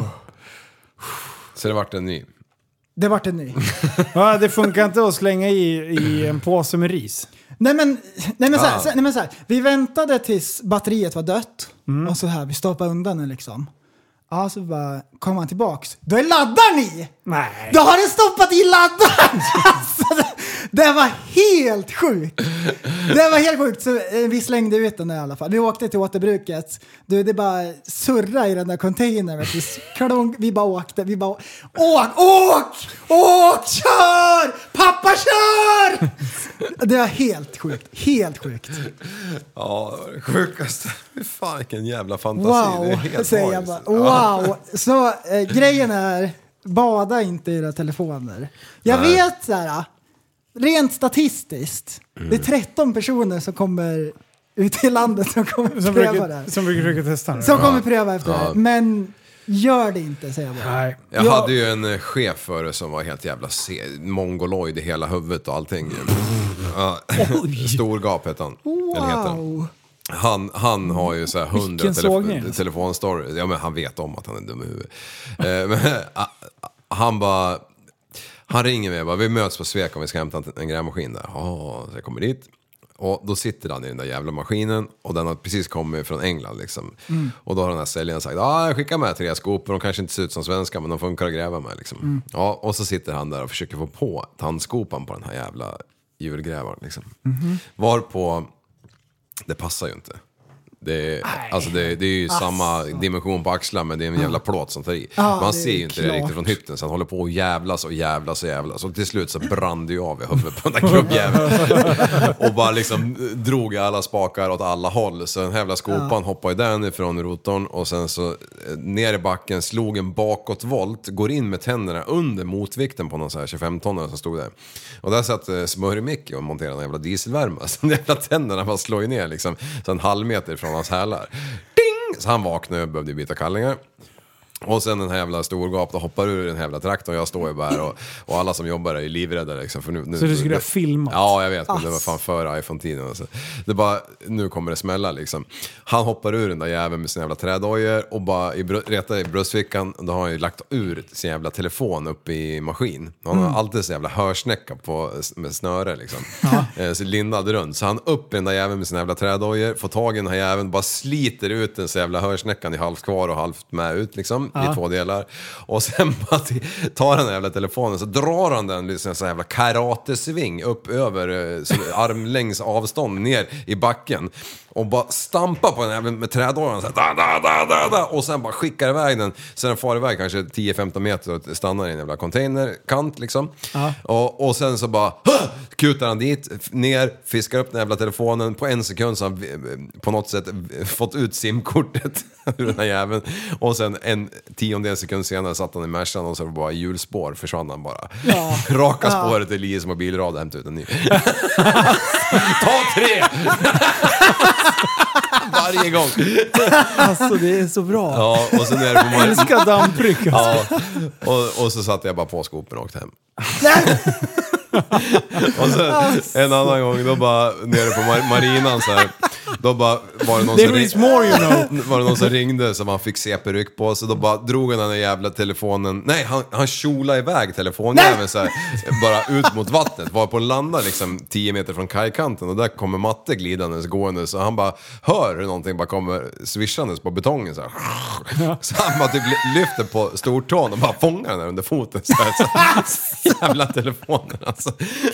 Så det vart en ny. Det vart en ny. ja, det funkar inte att slänga i, i en påse med ris. Nej men, nej, men, så här, Ah. så, nej, men så här, vi väntade tills batteriet var dött. Och så här, vi stoppade undan den liksom. Ja, så bara kom han tillbaks. Då är laddaren i! Nej. Då har den stoppat i laddaren! Alltså, det, det var helt sjukt. Det var helt sjukt. Så, eh, vi slängde ut den där i alla fall. Vi åkte till återbruket. Du, det bara surra i den där containern. Vet du. Klonk, vi bara åkte. Vi bara, åk, åk, åk, kör! Pappa kör! Det var helt sjukt. Helt sjukt. Ja, det var det sjukaste. Fy fan, vilken jävla fantasi. Det är Wow, helt säger jag magiskt. bara. Wow. Så eh, grejen är, bada inte i era telefoner. Jag Nej. vet så här, rent statistiskt, Mm. det är tretton personer som kommer ut i landet som kommer Som pröva det brukar, här. som brukar försöka testa det. Som kommer pröva efter Ja. det. Men gör det inte, säger jag bara. Nej. Jag Ja. hade ju en eh, chef före som var helt jävla se- mongoloid i hela huvudet och allting. Ja, Storgap heter han. Eller heter han. Wow. Han, han har ju så här hundra Vilken sågning. telefo- telefonstory. Ja men han vet om att han är dum i huvudet. Eh, men, ah, han bara... Han ringer mig och bara, vi möts på Svek om vi ska hämta en, en grävmaskin där. Ja, så jag kommer dit. Och då sitter han i den där jävla maskinen. Och den har precis kommit från England liksom. Mm. Och då har den här säljaren sagt, ja jag skickar med tre skopor. De kanske inte ser ut som svenska men de funkar att gräva med liksom. Mm. Ja, och så sitter han där och försöker få på tandskopan på den här jävla djurgrävaren liksom. Mm. Varpå, det passar ju inte. Det är, alltså det, det är ju alltså. samma dimension på axlar, men det är en jävla plåt som tar i. Ja, Man ser ju inte klart. det riktigt från hytten, så han håller på och jävlas och jävlas och jävlas. Och till slut så brann det ju av i huvudet på den där klubbjäveln. Och bara liksom drog i alla spakar åt alla håll. Så den jävla skopan ja. hoppade ju den ifrån rotorn och sen så ner i backen, slog en bakåtvolt, går in med tänderna under motvikten på någon så här tjugofem tonnare som stod där. Och där satt Smörj Micke och monterade en jävla dieselvärme. Så de jävla tänderna bara slår ju ner liksom, så en halv meter från hans hälar. Ding! Så han vaknade och behövde byta kallingar. Och sen den här jävla storgapta hoppar ur den här jävla traktorn. Jag står ju bara och, och alla som jobbar är ju livrädda liksom, för nu, nu, så du skulle det, ha filmat? Ja, jag vet, men det var fan före iPhone-tiden alltså. Det bara, nu kommer det smälla liksom. Han hoppar ur den där jäveln med sin jävla trädojor och bara i, retar i bröstfickan. Då har han ju lagt ur sin jävla telefon upp i maskin. Han har mm. alltid så jävla hörsnäcka på, med snöre liksom. eh, så lindad runt. Så han upp i den där jäveln med sin jävla trädojor, får tag i den här jäveln, bara sliter ut den så jävla hörsnäckan i halvt kvar och halvt med ut liksom. Ja. I två delar. Och sen bara tar han den jävla telefonen, så drar han den liksom så jävla karatesving upp över armlängds avstånd ner i backen. Och bara stampar på den här med trädåren så här, da, da, da, da, da, och sen bara skickar iväg den. Så den far iväg kanske tio femton meter och stannar i en jävla containerkant liksom. Ja. Och, och sen så bara kutar han dit, ner, fiskar upp den jävla telefonen. På en sekund så har han på något sätt fått ut simkortet ur den här jäveln. Och sen en tiondel sekund senare satt han i märsan och så var bara hjulspår, försvann han bara. Ja. Raka spåret till Elias mobilrad, hämta ut en ny. Ta tre! Varje gång. Alltså det är så bra. Ja, och sen är det på jag älskar dammtryck alltså. Ja, och, och så satt jag bara på skopen och åkte hem. Och sen en annan gång då bara nere på mar- marinan så här, då bara var det någon som ring- more, you know. var det någon som ringde som han fick C P-ryck på, så då bara drog han den där jävla telefonen. Nej, han han kjolade iväg telefonjäveln så här, bara ut mot vattnet, var på landa liksom tio meter från kajkanten, och där kommer Matte glidandes gående, så han bara hör hur någonting bara kommer swishandes på betongen så här. Så han bara typ lyfter på stortån och bara fångar den där under foten så här, så jävla telefonen alltså.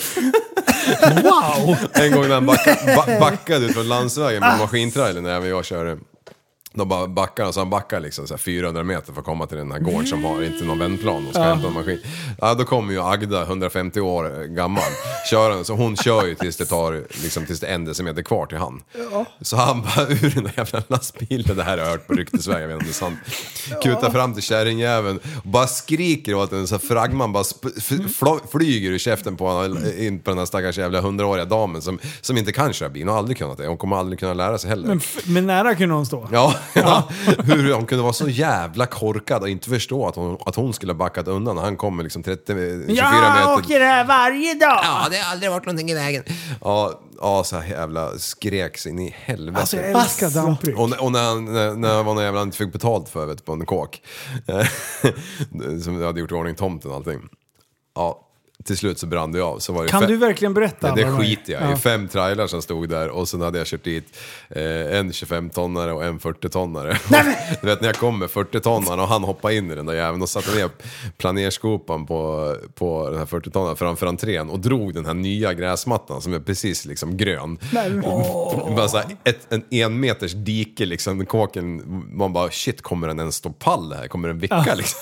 Wow! En gång när han backa, ba, backade ut från landsvägen med maskintrailen när även jag körde. Då bara backar han, så han backar liksom så här fyrahundra meter för att komma till den här gården som har inte någon vändplan och ska ja. hämta en maskin. Ja, då kommer ju Agda, hundrafemtio år gammal, körande, så hon kör ju tills det tar liksom tills det är en decimeter kvar till han. Ja. Så han bara ur den där jävla lastbilen, det här har jag hört på ryktesväg, jag vet inte, det är sant. Kutar fram till kärringjäveln och bara skriker åt en så fragman bara sp- f- fl- flyger ur käften på, in på den här stackars jävla hundraåriga damen som, som inte kan köra bil och aldrig kunnat det. Hon kommer aldrig kunna lära sig heller. Men, f- men nära kunde hon stå. Ja. Ja, hur hon kunde vara så jävla korkad och inte förstå att hon, att hon skulle ha backat undan när han kommer liksom trettio tjugofyra meter. Jag åker här varje dag. Ja, det har aldrig varit någonting i vägen. Ja, ja, så jävla skreks in i helvete. Alltså jag älskar dampryck. Och, och när, när, när jag var när jävla inte fick betalt för vet, på en kåk som jag hade gjort i ordning tomten och allting. Ja, till slut så brann det av. Så var det kan fe- du verkligen berätta? Nej, det skiter jag i. Ja. Fem trailrar som stod där och sen hade jag kört dit eh, en tjugofem-tonnare och en fyrtio-tonnare. Du vet när jag kom med fyrtio-tonnaren och han hoppade in i den där jäveln och satte ner planerskopan på, på den här fyrtio-tonnaren framför entrén och drog den här nya gräsmattan som är precis liksom grön. Oh. Bara så här, ett, en en meters dike liksom, kåken, man bara shit, kommer den ens stå pall här? Kommer den vicka liksom?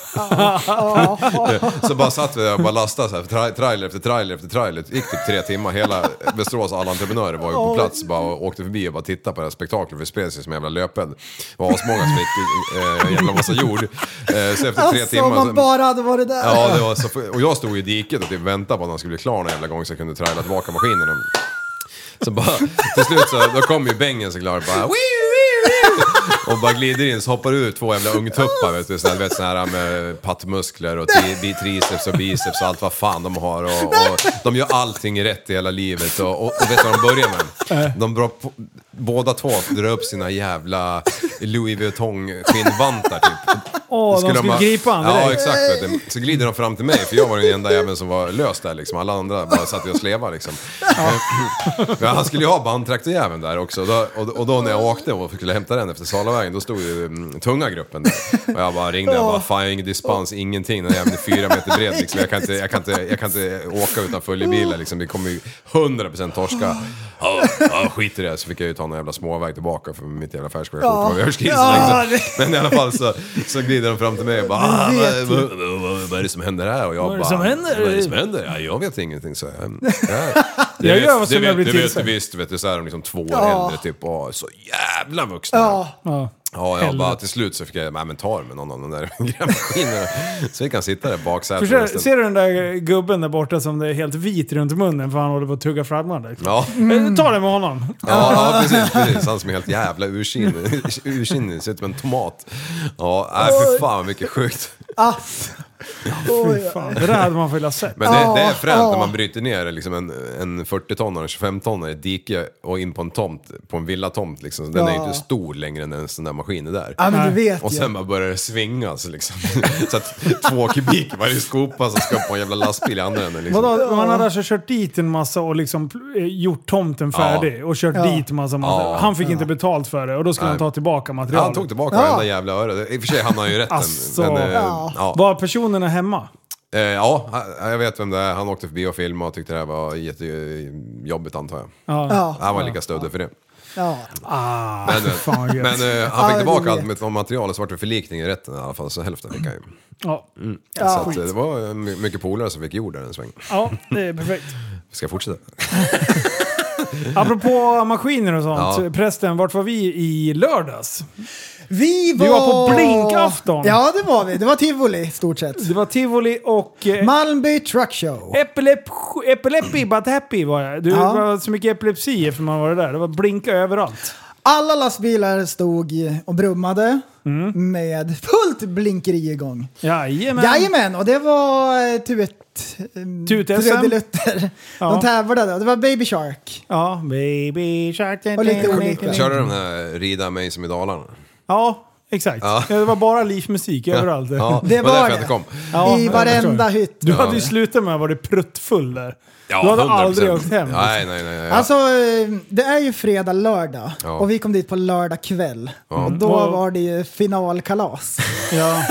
Så bara satt vi där och bara lastade så här, tra- trailer efter trailer efter trailer. Det gick typ tre timmar. Hela Västerås alla entreprenörer var ju på plats bara och åkte förbi och bara tittade på det här spektaklet. För det spred sig som en jävla löpeld. Det var asmånga som fick eh, en jävla massa jord. Eh, så efter tre alltså, timmar... man så, bara hade varit där. Ja, det var så, och jag stod i diket och typ väntade på att han skulle bli klar någon jävla gång så jag kunde traila tillbaka maskinen. Så bara, till slut så då kom ju bängen så klart bara... Och bara glider in, så hoppar ut två jävla ungtuppar, vet du, så här, vet, sån här med pattmuskler och tri- triceps och biceps och allt vad fan de har och, och de gör allting rätt i hela livet och, och, och vet du vad de börjar med? De drar på, båda två drar upp sina jävla Louis Vuitton skinnvantar typ Åh, de skulle bara, gripa han direkt. Ja, exakt. Vet du. Så glider de fram till mig, för jag var den enda jäveln som var lös där liksom. Alla andra bara satt och slevade liksom. Ja. Han skulle ju ha bandtraktorjäveln där också. Då, och, och då när jag åkte och skulle hämta den efter Salavägen, då stod ju um, tunga gruppen där. Och jag bara ringde, jag bara, fan jag har ingen dispens, ingenting. Den jäveln är fyra meter bred liksom. Jag kan inte, jag kan inte, jag kan inte åka utan följebilar liksom. Vi kommer ju hundra procent torska. Ja, ja, skit i det. Så fick jag ju ta en jävla småväg tillbaka för mitt jävla färskvara. Ja. Ja, men i alla fall så, så glider de fram till mig och bara, ah, vad, vad, vad, vad är det som händer här? Och jag vad är det bara, som händer? Vad är det som händer? Ja, jag vet ingenting, så jag. Ja. Det jag vet, gör vad som det jag vet, blir det vet du till visst, vet du, så är de liksom två år Ja. äldre typ, och så jävla vuxna. Ja. Ja. Ja, jag bara till slut så fick jag, nej men ta det med någon av de där grävmaskinerna. Så vi kan sitta där baksätet. Ser, ser du den där gubben där borta som det är helt vit runt munnen för han håller på att tugga fragman liksom. Ja. Mm. Ta det med honom. Ja, ja precis, precis. Han som är helt jävla ursinnig. Ursinnig, ser ut som en tomat. Ja, nej för fan vad mycket sjukt. Ass. Fy fan, det där hade man velat sett. Men det, det är fränt när man bryter ner liksom en, en fyrtio-tonnare, tjugofem-tonnare i ett dike och in på en tomt, på en villatomt liksom. Den Ja. är ju inte stor längre än en sån där maskin är där. Ja, men du vet Och ju. sen bara börjar det svingas liksom. Så att två kubik varje skopa som ska upp på en jävla lastbil i andra änden liksom. Vadå, man hade alltså kört dit en massa och liksom eh, gjort tomten färdig Ja. och kört Ja. dit en massa, massa. Ja. Han fick inte betalt för det och då skulle Nej. han ta tillbaka materialet. Han tog tillbaka Ja. varenda jävla öre. I och för sig, han har ju rätten. Asså. Men, eh, Ja. ja. Var personerna hemma? Eh, ja, jag vet vem det är. Han åkte förbi och filmade och tyckte det här var jättejobbigt, antar jag. Ja. Ja. Han var lika stöddig för det. Ja. Ah, Men, fan vad gött. men eh, han fick Ja, tillbaka det allt vet. med materialet, så vart det förlikning i rätten i alla fall, så hälften fick han ju. Ja. Så att, eh, det var eh, my- mycket polare som fick jord där en sväng. Ja, det är perfekt. Ska jag fortsätta? Apropå maskiner och sånt. Ja. Prästen, vart var vi i lördags? Vi var... Vi var på blinkafton. Ja, det var vi. Det var tivoli, stort sett. Det var tivoli och... Eh, Malmby Truck Show. Epilep, epilepsi but happy var jag. Du Ja. var så mycket epilepsi efter man var där. Det var blinka överallt. Alla lastbilar stod och brummade Mm. med fullt blinkeri igång. Jajamän. Jajamän, och det var eh, tut... Tut-S M. Trudelutter. Ja. De tävlade. Det var Baby Shark. Ja, baby shark. Och lite olika. Körde de här Rida mig som i Dalarna? Ja, exakt. Ja. Ja, det var bara livsmusik överallt. Ja, Det det var var därför det. jag inte kom. Ja, I jag varenda förstår. hytt. Du hade ju slutat med att vara pruttfull där. Ja, du hade hundra procent. aldrig åkt hem. Nej, nej, nej. nej. Alltså, eh, det är ju fredag, lördag. Ja. Och vi kom dit på lördag kväll. Och då Mm. var det ju finalkalas. Ja.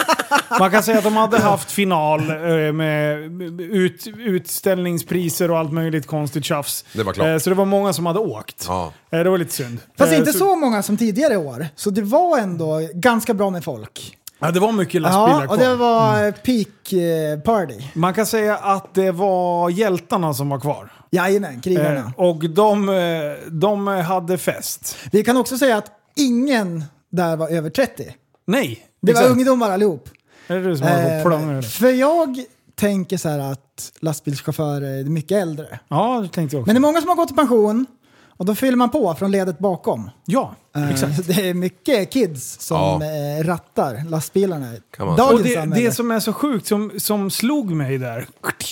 Man kan säga att de hade haft final eh, med ut, utställningspriser och allt möjligt konstigt tjafs. Det var klart. Eh, Så det var många som hade åkt. Ja. Eh, Det var lite synd. Fast Eh, inte så många som tidigare år. Så det var ändå ganska bra med folk. Ja, det var mycket lastbilar Ja, kvar. och det var eh, peak eh, party. Man kan säga att det var hjältarna som var kvar. Jajamän, krigarna. Eh, och de, eh, de hade fest. Vi kan också säga att ingen där var över trettio. Nej, Det var exakt. ungdomar allihop. Är det du som håller på Eh, och plångar? för jag tänker så här att lastbilschaufförer är mycket äldre. Ja, det tänkte jag också. Men det är många som har gått i pension och då fyller man på från ledet bakom. Ja, Eh, exakt. Det är mycket kids som Ja. eh, rattar lastbilarna. Kan man- Dagens Och det, samhälle. det som är så sjukt, som, som slog mig där,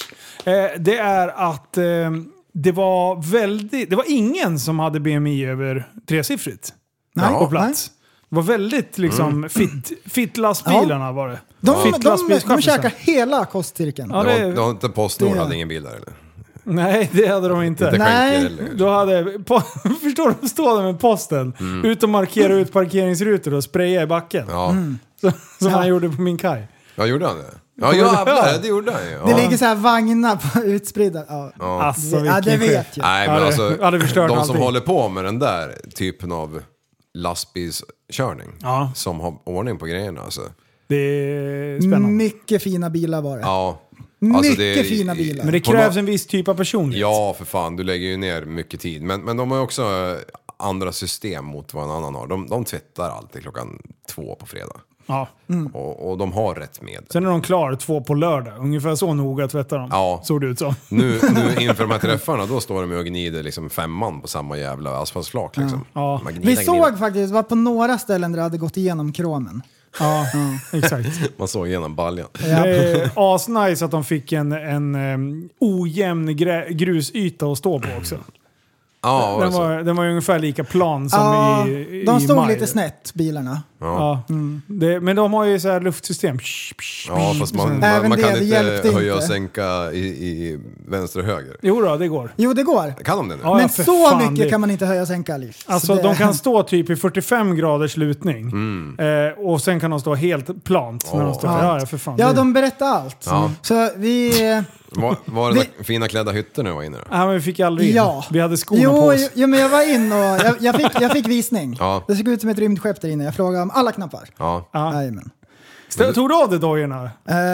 eh, det är att eh, det var väldigt, det var ingen som hade B M I över tresiffrigt Nej, på plats. Det var väldigt liksom fit, fit lastbilarna var det. De, Fit de, de, de lastbilschaffisar. käkar hela kostcirkeln. Ja, Det var, det- det var inte Postnord det- hade ingen bil där eller? Nej, det hade de inte. Inte Nej. skänker eller? Då hade, på, förstår du, stå där med posten, ut och markera ut parkeringsrutor och spraya i backen. Ja. Mm. Så, som Ja. han gjorde på min kaj. Ja, gjorde han det? Ja, jävlar, det gjorde han ju. Det Ja. ligger så här vagnar på utspridda. Ja, Ja. Alltså, ja det vilken chef. vet jag. Nej, Ja, men det- alltså, ja, det förstörde de som allting. håller på med den där typen av lastbilskörning, Ja. som har ordning på grejerna alltså. Det är spännande. Mycket fina bilar var det. Ja. Mycket Alltså, det- fina bilar. Men det på krävs nå- en viss typ av personlighet. Ja, för fan, du lägger ju ner mycket tid. Men, men de har ju också eh, andra system mot vad en annan har. De, de tvättar alltid klockan två på fredag. Ja. Och, och de har rätt med. Sen är de klar två på lördag. Ungefär så noga tvättar de. Ja. Såg det ut som. Nu, nu inför de här träffarna, då står de och gnider liksom femman på samma jävla asfaltsflak liksom. Ja. Man gnida, Vi gnida. såg faktiskt, det var på några ställen där det hade gått igenom kromen. Ja, exakt. Man såg igenom baljan. Det är asnice att de fick en, en um, ojämn grä- grusyta att stå på också. Ja, var det Den så? var, den var ju ungefär lika plan som Ja, i, i de stod maj. lite snett, bilarna. Ja. Ja. Mm. Det, men de har ju så här luftsystem. Ja, fast man, Även man, man det, kan det inte hjälpte höja och inte. sänka i, i vänster och höger. Jo då, det går. Jo, det går. Kan de det nu? Ja, Men för så fan, mycket det- kan man inte höja och sänka, Liv. Alltså Så det- de kan stå typ i fyrtiofem graders lutning. Mm. Eh, och sen kan de stå helt plant. När de står. Ja, ja, för fan. Ja, Det- de berättar allt. Ja. Så vi... Var, var det där fina klädda hytter när du var inne då? Ja, men vi fick aldrig in. Ja. Vi hade skorna Jo, på oss. jo, jo, men jag var in och jag, jag, fick, jag fick visning. Ja. Det såg ut som ett rymdskepp där inne. Jag frågade om alla knappar. Ja. Ja. Jajamän. St- Tog du av dig dojorna?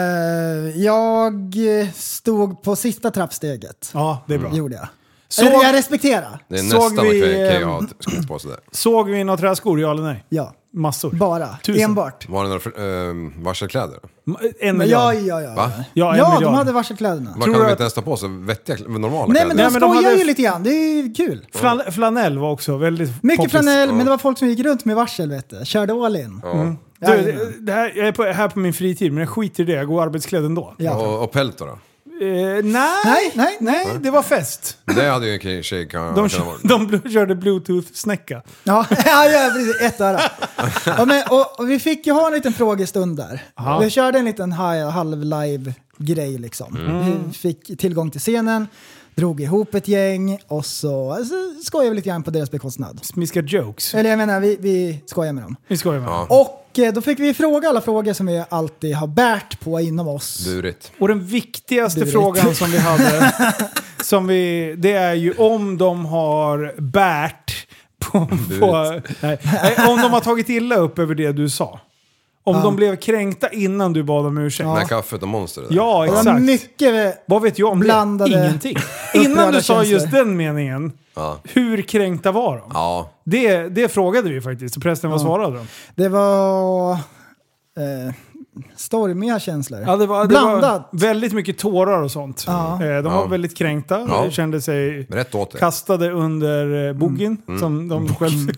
Eh, jag stod på sista trappsteget. Ja, det är bra. Gjorde jag. Såg- Eller jag respekterar. Det är Såg nästan vi, okej ehm, att ha skott på sig där. Såg vi några träskor, ja eller nej? Ja, Massor. bara. Tusen. Enbart. Var det några äh, varselkläder? M- En Men miljard. ja, ja, ja. Va? Ja, en Ja, miljard. de hade varselkläderna. Vad Tror kan du de att- inte ens ta på sig vettiga, normala Nej, kläder? men de Nej, men de skojar hade- ju lite grann. Det är ju kul. Flan- flanell var också väldigt Mycket poppis. flanell, men det var folk som gick runt med varsel, vet du. Körde all in. Ja. Du, Jajamän. det här, jag är på, här på min fritid, men jag skiter i det. Jag går arbetsklädd ändå. Ja. Och, och peltor då? Eh, nej, Nej, nej, nej. det var fest. Det hade ju en tjej kan De, kan kör, de bl- körde bluetooth-snäcka. Ja, ja, ja, precis. Ett öra. Ja, men, och, och vi fick ju ha en liten frågestund där. Aha. Vi körde en liten hi- halv-live-grej liksom. Vi fick tillgång till scenen, drog ihop ett gäng och så alltså, skojade vi lite grann på deras bekostnad. Smiska jokes. Eller jag menar, vi, vi skojar med dem. Vi skojar med. Ja. Och eh, då fick vi fråga alla frågor som vi alltid har bärt på inom oss. Burigt. Och den viktigaste Durigt. frågan som vi hade, som vi, det är ju om de har bärt på, på nej, nej, om de har tagit illa upp över det du sa. Om Ja. de blev kränkta innan du bad om ursäkt. Med Ja, kaffet och monster där. ja Det var exakt. mycket... Vad vet jag om blandade det? Ingenting. Innan upprörda du sa känslor. just den meningen, Ja. hur kränkta var de? Ja. Det, det frågade vi faktiskt, och prästen, vad svarade de? Det var... Eh, stormiga känslor. Ja, det var, det Blandat. var väldigt mycket tårar och sånt. Ja. Eh, De var Ja. väldigt kränkta, Ja. kände sig Rätt åt det. kastade under eh, boggen, som de själv...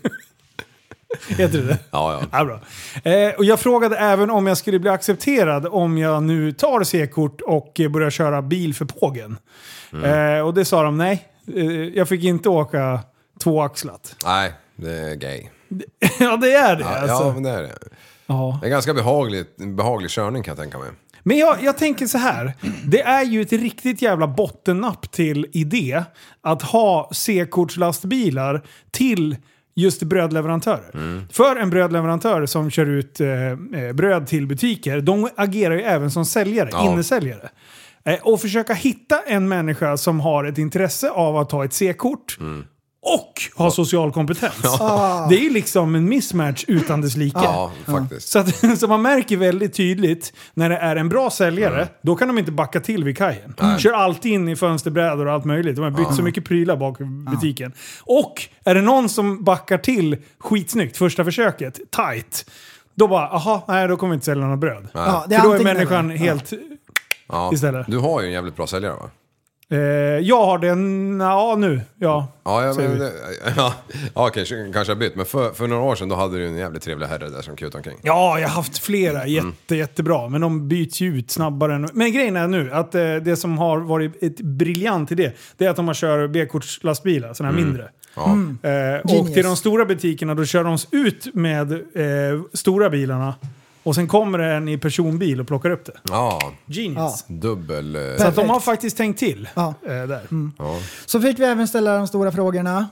Heter det det? Ja, ja. Ja, bra. Eh, och jag frågade även om jag skulle bli accepterad om jag nu tar C-kort och eh, börjar köra bil för pågen. Eh, och det sa de nej. Eh, jag fick inte åka tvåaxlat. Nej, det är gay. Ja, det är det. Ja, alltså. ja men det är det. Ja. Det är ganska behagligt, en behaglig körning kan jag tänka mig. Men jag, jag tänker så här. Det är ju ett riktigt jävla bottennapp till idé att ha C-kortslastbilar till just brödleverantörer. Mm. För en brödleverantör som kör ut eh, eh, bröd till butiker, de agerar ju även som säljare, Ja. innesäljare. Eh, och försöka hitta en människa som har ett intresse av att ta ett C-kort Mm. och ha social kompetens. Det är ju liksom en mismatch utan dess like. Ja, faktiskt. Så, att, så man märker väldigt tydligt när det är en bra säljare, Mm. då kan de inte backa till vid kajen. Kör alltid in i fönsterbrädor och allt möjligt. De har bytt så mycket prylar bak i butiken. Och är det någon som backar till skitsnyggt första försöket, tight, då bara, aha, nej då kommer vi inte sälja några bröd. Ja, det För då är antingen människan eller. helt... Ja. istället. Du har ju en jävligt bra säljare va? Eh, jag har den, ja nu, ja. Ja, ja, säger men, vi. det, ja, ja okej, kanske jag bytt. Men för, för några år sedan då hade du en jävligt trevlig herre där som kutade omkring. Ja, jag har haft flera Mm. jätte, jättebra. Men de byts ju ut snabbare än... Men grejen är nu att eh, det som har varit ett briljant i det, det är att de har kör B-kortslastbilar, sådana här mindre. Ja. Eh, och Genius. till de stora butikerna då kör de ut med eh, stora bilarna. Och sen kommer det en i personbil och plockar upp det. Ja, Genius. dubbel... eh, Så att Perfekt. de har faktiskt tänkt till Ja. eh, där. Ja. Så fick vi även ställa de stora frågorna.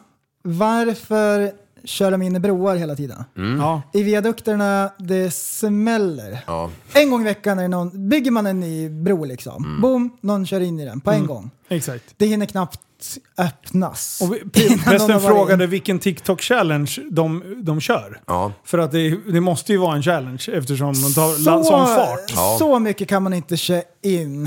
Varför kör de in i broar hela tiden? Ja. I viadukterna, det smäller. Ja. En gång i veckan är det någon, bygger man en ny bro liksom. Mm. Boom, någon kör in i den på en gång. Exakt. Det hinner knappt öppnas. Och vi, innan någon prästen har varit frågade in. vilken TikTok-challenge de, de kör. Ja. För att det, det måste ju vara en challenge eftersom de tar la, sån fart. Ja. Så mycket kan man inte köra in.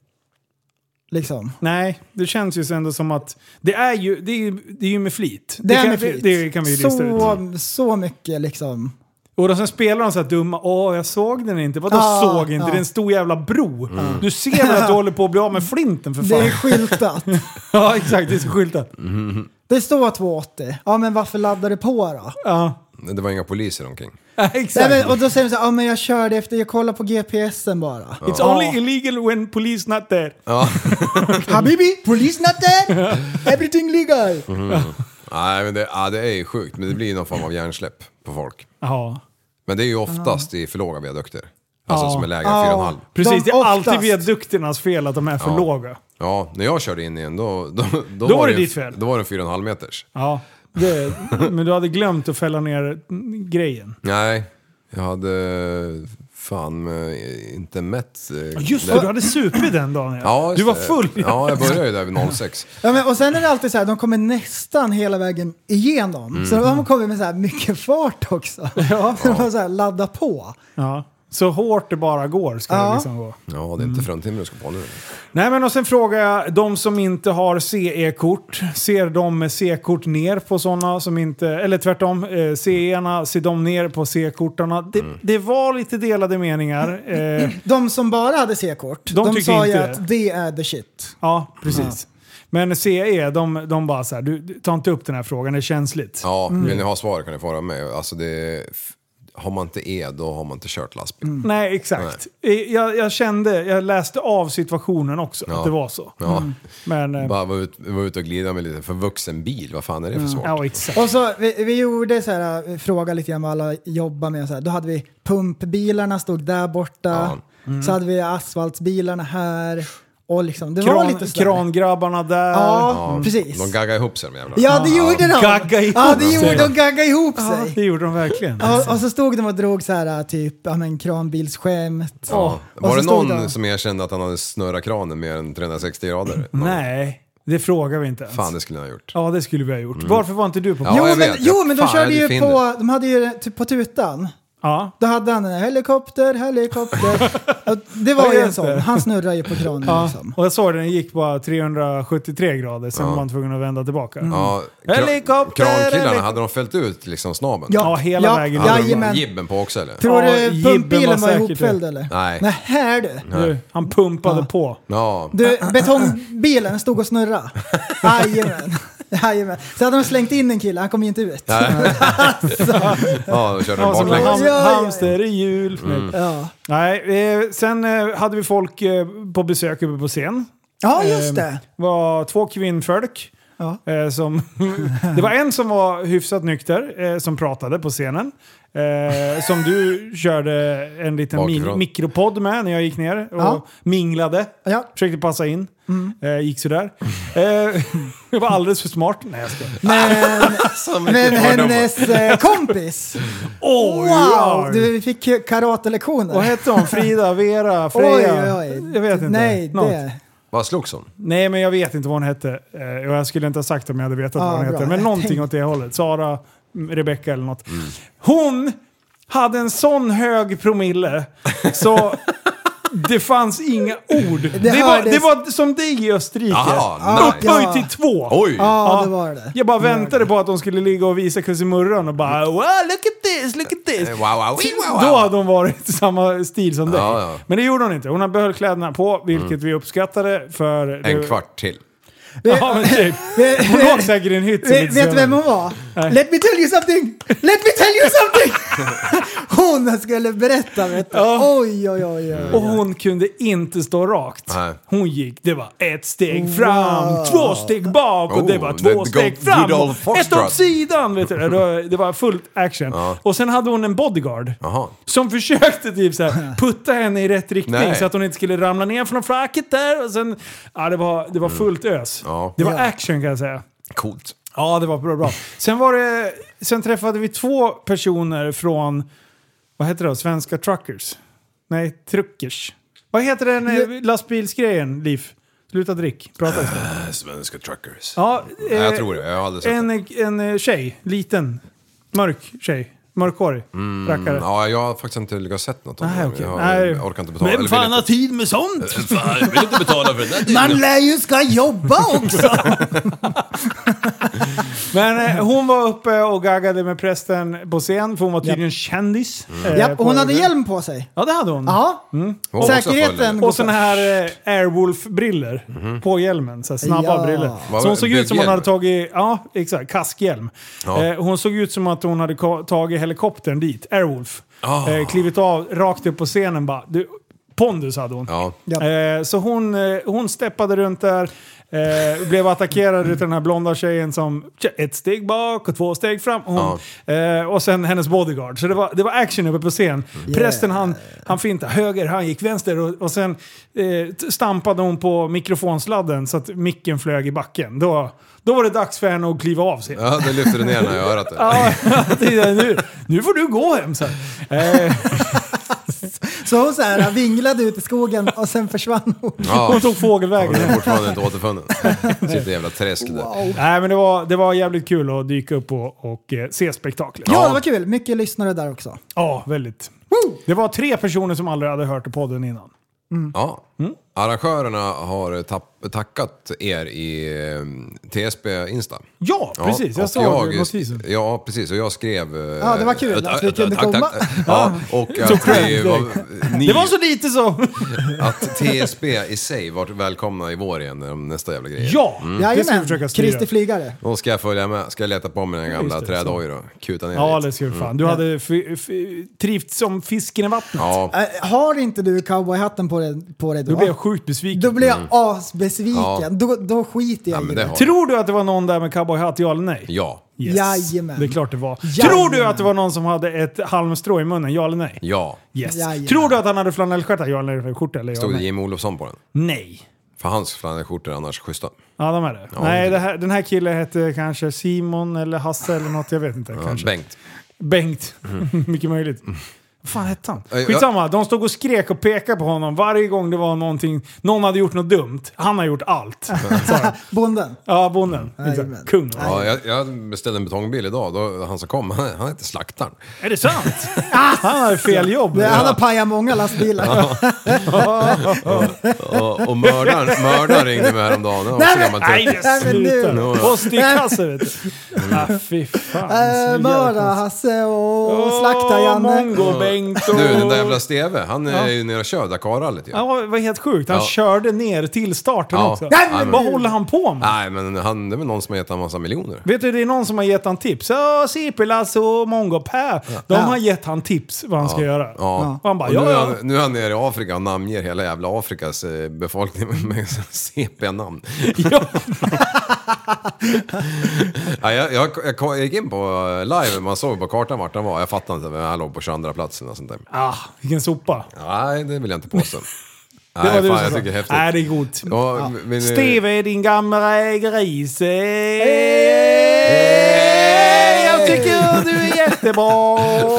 Liksom. Nej, det känns ju ändå som att det är ju, det är ju, det är ju med flit. Det är kan, med flit. Det, det kan vi ju lista ut. så, så mycket liksom. Och då sen spelar de så här dumma, åh jag såg den inte. Vadå Ja, såg inte? ja. Det är en stor jävla bro. Du ser väl att du håller på att bli av med flinten för Det fan. är skyltat. Ja exakt, det är så skyltat. Det står tvåhundraåttio. Ja men varför laddar det på då? Ja, Det var inga poliser omkring. ja Nej, exakt. men, och då säger de så här, ja men jag körde efter, jag kollar på G P S'en bara. It's Ja. only illegal when police not there. Ja. Habibi, police not there! Everything legal! Nej, men det, ja, det är ju sjukt. Men det blir någon form av hjärnsläpp på folk. Ja. Men det är ju oftast i för låga viadukter. Alltså Ja. som är lägre än fyra komma fem. Precis, det är oftast. alltid viadukternas fel att de är för Ja. låga. Ja, när jag körde in i en då, då, då, Då var det ju- ditt fel. Då var det fyra komma fem meters. Ja, det, men du hade glömt att fälla ner grejen. Nej, jag hade fan eh, inte mätt. eh, Just det, du hade supit den dagen. Ja, just du var det. full. Ja, jag började ju där vid noll sex. Ja, men, och sen är det alltid så här, de kommer nästan hela vägen igenom. Så de kommer med så här mycket fart också. Ja. De får så här ladda på. Ja. Så hårt det bara går ska Ja. det liksom gå. Ja, det är inte fruntimmer du ska på nu. Nej, men och sen frågar jag, de som inte har C E-kort, ser de med C-kort ner på sådana som inte, eller tvärtom, eh, C E-erna, ser de ner på C-kortarna? Det, det var lite delade meningar. Eh, De som bara hade C-kort, De de, tycker sa ju inte att det. det är the shit. ja, precis. Men C E, de, de bara så här, du, du tar inte upp den här frågan, det är känsligt. Ja, vill ni ha svar kan ni få höra med. Alltså det, har man inte E, då har man inte kört lastbil. Nej, exakt. Jag, jag kände, jag läste av situationen också, Ja. att det var så. Ja, Men, eh, bara var ut, var ute och glida med lite för vuxen bil. Vad fan är det för svårt? ja, exakt. Och så, vi, vi gjorde så här, fråga lite grann vad alla jobbar med. Så här. Då hade vi pumpbilarna stod där borta. Så hade vi asfaltsbilarna här. Och liksom, det var Kran, lite sådär. Krangrabbarna där. Ja, precis. De gaggar ihop sig de jävlarna. Ja, det gjorde de. Gagga ihop ja, det sig. gjorde de. Gagga ihop Ja, sig. det gjorde de verkligen. Ja, och så stod de och drog så här typ ja, men, kranbilsskämt. Ja. Och Var så det stod någon de- som erkände att han hade snurrat kranen mer än trehundrasextio grader? Nej, det frågar vi inte ens. Fan, det skulle jag ha gjort. Ja, det skulle vi ha gjort. Varför var inte du på Ja, Jo, jag men, vet. jo, men de Fan, körde jag ju finner. på, de hade ju typ på tutan. Ja. Då hade han en helikopter, helikopter. Och det var Ja, ju en just det. sån. Han snurrar ju på kranen Ja, liksom. och jag såg den gick bara trehundrasjuttiotre grader, sen Ja. var man tvungen att vända tillbaka. Ja, Helikopter, krankillarna, helikopter. hade de fällt ut liksom snabeln? Ja, hela ja, vägen. Ja, Hade de jajamän. gibben på också eller? Tror Ja, du Jibben var pumpbilen var säkert ihopfälld det. eller? Nej. Nej, här du. Du, han pumpade på. Ja. Du, betongbilen stod och snurrade. Jajamän. Jajamän. Så hade de slängt in en kille, han kom ju inte ut. Ja, då körde de Ja, som en baklänges. ham- Ja, ja, ja. hamster i hjul. Ja. Nej, eh, sen eh, hade vi folk eh, på besök uppe på scen. Ja, just Eh, det. var två kvinnfolk. Ja. Eh, som det var en som var hyfsat nykter, eh, som pratade på scenen. Eh, som du körde en liten min- Bakifrån. mikropodd med när jag gick ner och Ja. minglade. Ja. Försökte passa in. Eh, gick sådär. Eh, jag var alldeles för smart. Nej, jag ska. Men, men hennes eh, kompis. Oh, Wow! ja. Du fick ju karatelektioner. Vad hette hon? Frida, Vera, Freja? Oj, oj, oj. Jag vet inte. Nej, Något. det... Vad slogs hon? Nej, men jag vet inte vad hon hette. Eh, och jag skulle inte ha sagt om jag hade vetat Ah, vad hon bra. hette. Men Jag någonting tänkte- åt det hållet. Sara, Rebecca eller något. Hon hade en sån hög promille så det fanns inga ord. Det, var, hördes- det var som dig i Österrike. Jaha, nice. Upphöjt Ja. till två. Oj! Ja, Ja. det var det. Jag bara väntade på att de skulle ligga och visa kussimurran och bara wow, look at this, look at this. Wow, wow, wow, Då wow. hade hon varit i samma stil som dig. Ja, ja. Men det gjorde hon inte. Hon behöll kläderna på, vilket vi uppskattade för... En kvart till. Ja, men typ. Hon låg säkert i en hytt. som Vet, lite vet du vem senare. hon var? Nej. Let me tell you something! Let me tell you something! Hon skulle berätta, vet du. Ja. Oj, oj, oj, oj. Och hon kunde inte stå rakt. Nej. Hon gick, det var ett steg fram, Wow. två steg bak och det Oh, var the två good- steg good fram. old och Ett foxtrot. åt sidan, vet du. Det var, det var fullt action. Ja. Och sen hade hon en bodyguard. Jaha. Som försökte typ så här, putta henne i rätt riktning Nej. så att hon inte skulle ramla ner från flaket där. Och sen, ja, det var, det var fullt ös. Ja. Det var Ja. action kan jag säga. Coolt. Ja, det var bra, bra. Sen, var det, sen träffade vi två personer från, vad heter det då? Svenska truckers? Nej, truckers. Vad heter den eh, lastbilsgrejen, Liv? Sluta drick. Prata istället. Svenska truckers. Ja, Nej, jag eh, tror det. Jag har aldrig sett en, det. en eh, tjej, liten, mörk tjej. Mörkhårig rackare. Ja, jag har faktiskt inte lyckats sett något av Nej, det. okej. Jag, Nej. jag orkar inte betala. Vem eller fan vill har inte. tid med sånt? Fan, jag vill inte betala för det där. Man lär ju ska jobba också! Men eh, hon var uppe och gaggade med prästen på scen, för hon var tydligen kändis. eh, Ja, på- hon hade hjälm på sig. Ja, det hade hon. Ja, Hon var också säkerheten full, går Och såna först. här eh, Airwolf-briller på hjälmen. Så här snabba Ja. briller. Vad Så hon var- såg ut som hon bygghjälm? hade tagit... Ja, exakt. Kaskhjälm. Ja. Eh, hon såg ut som att hon hade ko- tagit helikoptern dit. Airwolf. Ah. Eh, klivit av rakt upp på scenen bara. Du, Pondus hade hon. Ja. Ja. Eh, så hon, eh, hon steppade runt där. Eh, blev attackerad utav den här blonda tjejen som ett steg bak och två steg fram. Hon, eh, och sen hennes bodyguard. Så det var, det var action uppe på scen. Yeah. Prästen han, han fintade höger, han gick vänster och, och sen eh, stampade hon på mikrofonsladden så att micken flög i backen. Då, då var det dags för henne att kliva av sig. Ja, det lyfter du ner när jag örat det. Ja, nu, nu får du gå hem så. Eh, Så hon så här vinglade ut i skogen och sen försvann hon. Ja. hon tog fågelvägen. Hon är fortfarande inte återfunnen. Sitter jävla träsk där. Wow. Nej, men det var, det var jävligt kul att dyka upp och, och eh, se spektaklet. Ja, det var kul. Mycket lyssnare där också. Ja, väldigt. Det var tre personer som aldrig hade hört podden innan. Ja. Arrangörerna har tapp- tackat er i eh, T S B Insta. Ja, precis. Jag och såg notisen. Ja, precis. Och jag skrev... eh, Ja, det var kul eh, att vi eh, kunde tack, komma. tack. Ja, och att, vi var, ni, Det var så lite så. att T S B i sig var välkomna i vår igen om nästa jävla grej. Ja, det ska vi Jajamän, försöka styra. Kristi flygare. Då ska jag följa med. Ska jag leta på mig den gamla just det, trädojor och kuta ner Ja, lite. det ska vi fan. Du hade f- f- trivts som fisken i vattnet. Ja, Äh, har inte du cowboyhatten på dig, på dig då? Då blev jag sjukt besviken. Då blir jag asbesviken. Ja. Då, då skiter jag ja men i det det. har jag. Tror du att det var någon där med cowboyhatt, ja eller nej? Ja. Yes. Jajamän. Det är klart det var. Jajamän. Tror du att det var någon som hade ett halmstrå i munnen, ja eller nej? Ja. Yes. Jajamän. Tror du att han hade flanellskjorta, ja eller nej? Skjorta eller ja Stod eller det nej? Jim Olofsson på den? Nej. För hans flanellskjortor är annars schyssta. Ja, de är det. Ja, Nej, det- det här, den här killen hette kanske Simon eller Hasse eller något, jag vet inte. Ja, kanske. Bengt. Bengt. Mycket möjligt. Vad fan hette han? jag- Skitsamma, de stod och skrek och pekade på honom varje gång det var någonting. Någon hade gjort något dumt. Han har gjort allt. sa de. Bonden. Ja, bonden. Jajamän. Exakt. Kung. Ja, jag, jag beställde en betongbil idag. Då, han som kom, han, han heter Slaktaren. Är det sant? Han har fel jobb. Det- Han har pajat många lastbilar. Och, och mördaren, mördaren ringde mig häromdagen. Han var också gammal Nej, tuff. det Nej, men nu- slutar. Och styckkasse, vet du. Ah, fy fan. så Äh, jävla Mörda konstigt. Hasse och Åh, slakta Janne. Mongo Bengt och... Du, den där jävla Steve, han är ju nere och kör Dakar-rallyt ju. Ja, det var helt sjukt. Han Ja. körde ner till starten Ja. också. Nej, men- Vad håller han på med? Nej, men han, det är väl någon som har gett han massa miljoner. Vet du, det är någon som har gett han tips. Ja, Sipilas och Mongo Per. De Ja. har gett han tips vad han ska göra. Ja. Och han bara, Och ja, nu, är ja. han, nu är han nere i Afrika och namnger hela jävla Afrikas eh, befolkning med C P-namn. ja. Ja, jag, jag, jag, jag gick in på live, man såg på kartan vart han var. Jag fattade inte, men han låg på tjugoandra platsen och sånt där. Ah, vilken sopa. Nej, det vill jag inte påstå. Det Nej, var du fan, som jag sa. tycker det är häftigt. Nej, det är gott. Ja, men, Steve är din gamla gris. Eh, Jag tycker du är jättebra.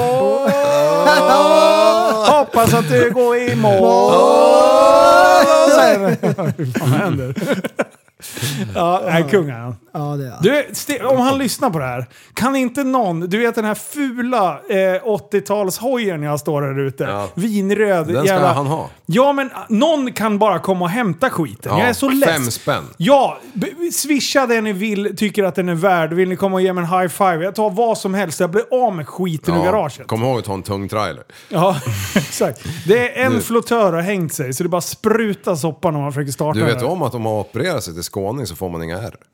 Hoppas att du går i mål. Och sen... Hur fan händer? Ja, nej, kung är han. Ja, det är han. Du, Ste- om han lyssnar på det här, kan inte någon, du vet den här fula eh, åttiotalshojen jag står här ute, Ja. vinröd. Den ska han ha. Ja, men någon kan bara komma och hämta skiten. Ja, Jag är så less. fem spänn. Ja, b- swisha det ni vill, tycker att den är värd. Vill ni komma och ge mig en high five? Jag tar vad som helst, jag blir av med skiten ur garaget. Kom ihåg att ta en tung trailer. Ja, exakt. Det är en Nu- flottör har hängt sig, så det bara sprutar soppan om man försöker starta Du vet den. om att om man opererar sig till skåning så får man inga ärr.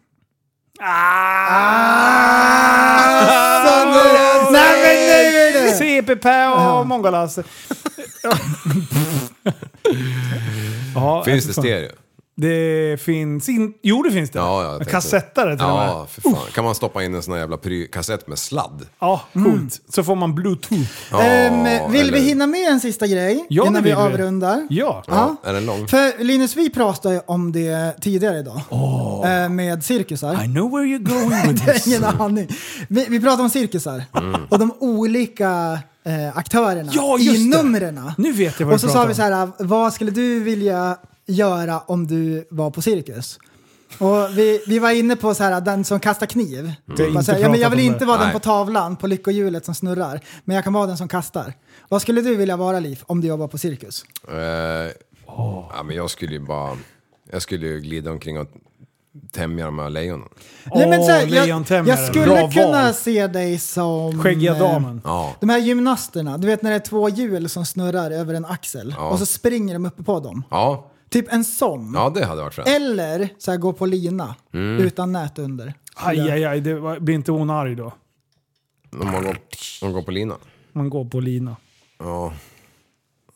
Så nu, nej men nu är det! C P P och Mongolas. Ja, Finns det fan. stereo? Det finns in... Jo, det finns det. Ja, ja, jag tänkte- Kassettare till och med. Ja, för fan. Kan man stoppa in en sån här jävla pry- kassett med sladd? Ja, coolt. Så får man bluetooth. Ja, Ehm, vill vi eller- hinna med en sista grej Ja, innan det vi vill vi. avrundar? Ja. Ja, är den lång? För Linus, vi pratade ju om det tidigare idag. Eh, med cirkusar. I know where you're going with Jag this. har ingen aning. Vi, vi pratade om cirkusar och de olika eh, aktörerna Ja, i just det. numren. Nu vet jag vad Och så du sa pratar vi så här, vad skulle du vilja göra om du var på cirkus? Och vi, vi var inne på så här, den som kastar kniv. Det är Bara inte så här, ja, men jag vill pratat om inte det. vara den Nej. på tavlan på lyckohjulet som snurrar. Men jag kan vara den som kastar. Vad skulle du vilja vara, Liv, om du jobbar på cirkus? Eh, ja, men jag skulle ju bara... Jag skulle ju glida omkring och tämja de här lejonen. Nej, men så här, Åh, jag, lejontämjare. jag skulle Bra kunna val. se dig som... Skäggiga eh, damen. Ja. De här gymnasterna, du vet när det är två hjul som snurrar över en axel Ja. och så springer de uppe på dem. Ja, Typ en sån. ja det hade varit fränt. Eller så här, gå på lina utan nät under. Aj, aj, aj. Det var- blir inte hon arg då? Om man går, om man går på lina. Man går på lina. Ja.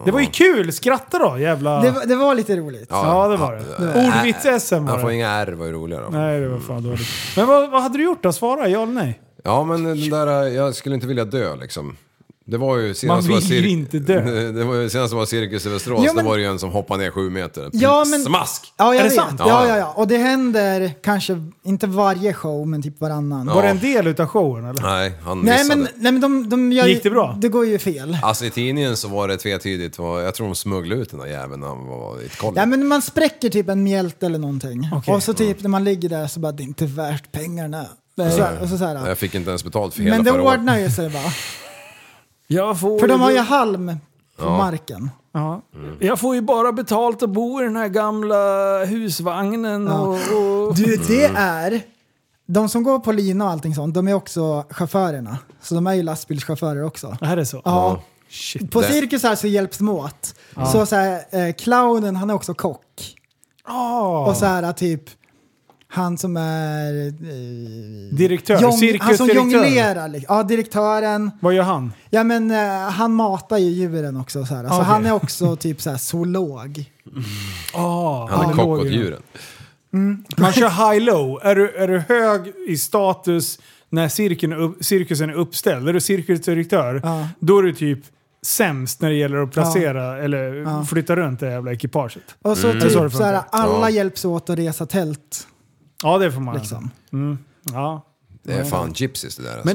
Det var ju kul, skratta då, jävla... Det, var- det var lite roligt. Ja, det var det. Ordvits-S M var Han får det. inga R, var ju roligare. Nej, det var fan dåligt. Men vad, vad hade du gjort då? Svara, ja eller nej? Ja, men den där, jag skulle inte vilja dö liksom. Det var ju senast Man var vill ju cir- inte dö. Det var ju senast var Cirkus i Västerås, Ja, men- då var det ju en som hoppade ner sju meter. Ja, men- Smask! Ja, jag Är det vet. sant? Ja, ja, ja. Och det händer kanske inte varje show, men typ varannan. Ja. Var det en del utav showen eller? Nej, han Nej, missade. men, nej, men de, de gör ju- Gick det bra? Det går ju fel. Alltså i tidningen så var det tvetydigt, jag tror de smugglade ut den där jäveln när han var i ett koll. Ja, men man spräcker typ en mjälte eller någonting. Okej. Och så typ när man ligger där så bara, det är inte värt pengarna. Och så, och så, så här. Jag fick inte ens betalt för hela Men det förra året. ordnar ju sig bara. Jag får För de har ju... ju halm på marken. Ja. Jag får ju bara betalt att bo i den här gamla husvagnen Ja. och... och... Du, det är... De som går på lina och allting sånt, de är också chaufförerna. Så de är ju lastbilschaufförer också. Är det så? Ja. Shit. På Det- cirkus här så hjälps de åt. Så, så här, eh, clownen, han är också kock. Ah. Och så här typ... Han som är... Eh, Direktör, jong- han som cirkusdirektör. jonglerar. liksom. Ja, direktören. Vad gör han? Ja, men eh, han matar ju djuren också. Så, här. Så Okej. han är också typ så här zoolog. Ah, Han är han kock låg åt ju- djuren. Man kör high-low. Är du, är du hög i status när cirkeln är upp, cirkusen är uppställd? Är du cirkusdirektör, Ja. då är du typ sämst när det gäller att placera eller Ja. flytta runt det jävla ekipaget. Och så Det är så det typ så här, funkar. alla Ja. hjälps åt att resa tält. Ja, det får man. Liksom. Mm. Ja. Det är fan gypsies det där alltså. Men...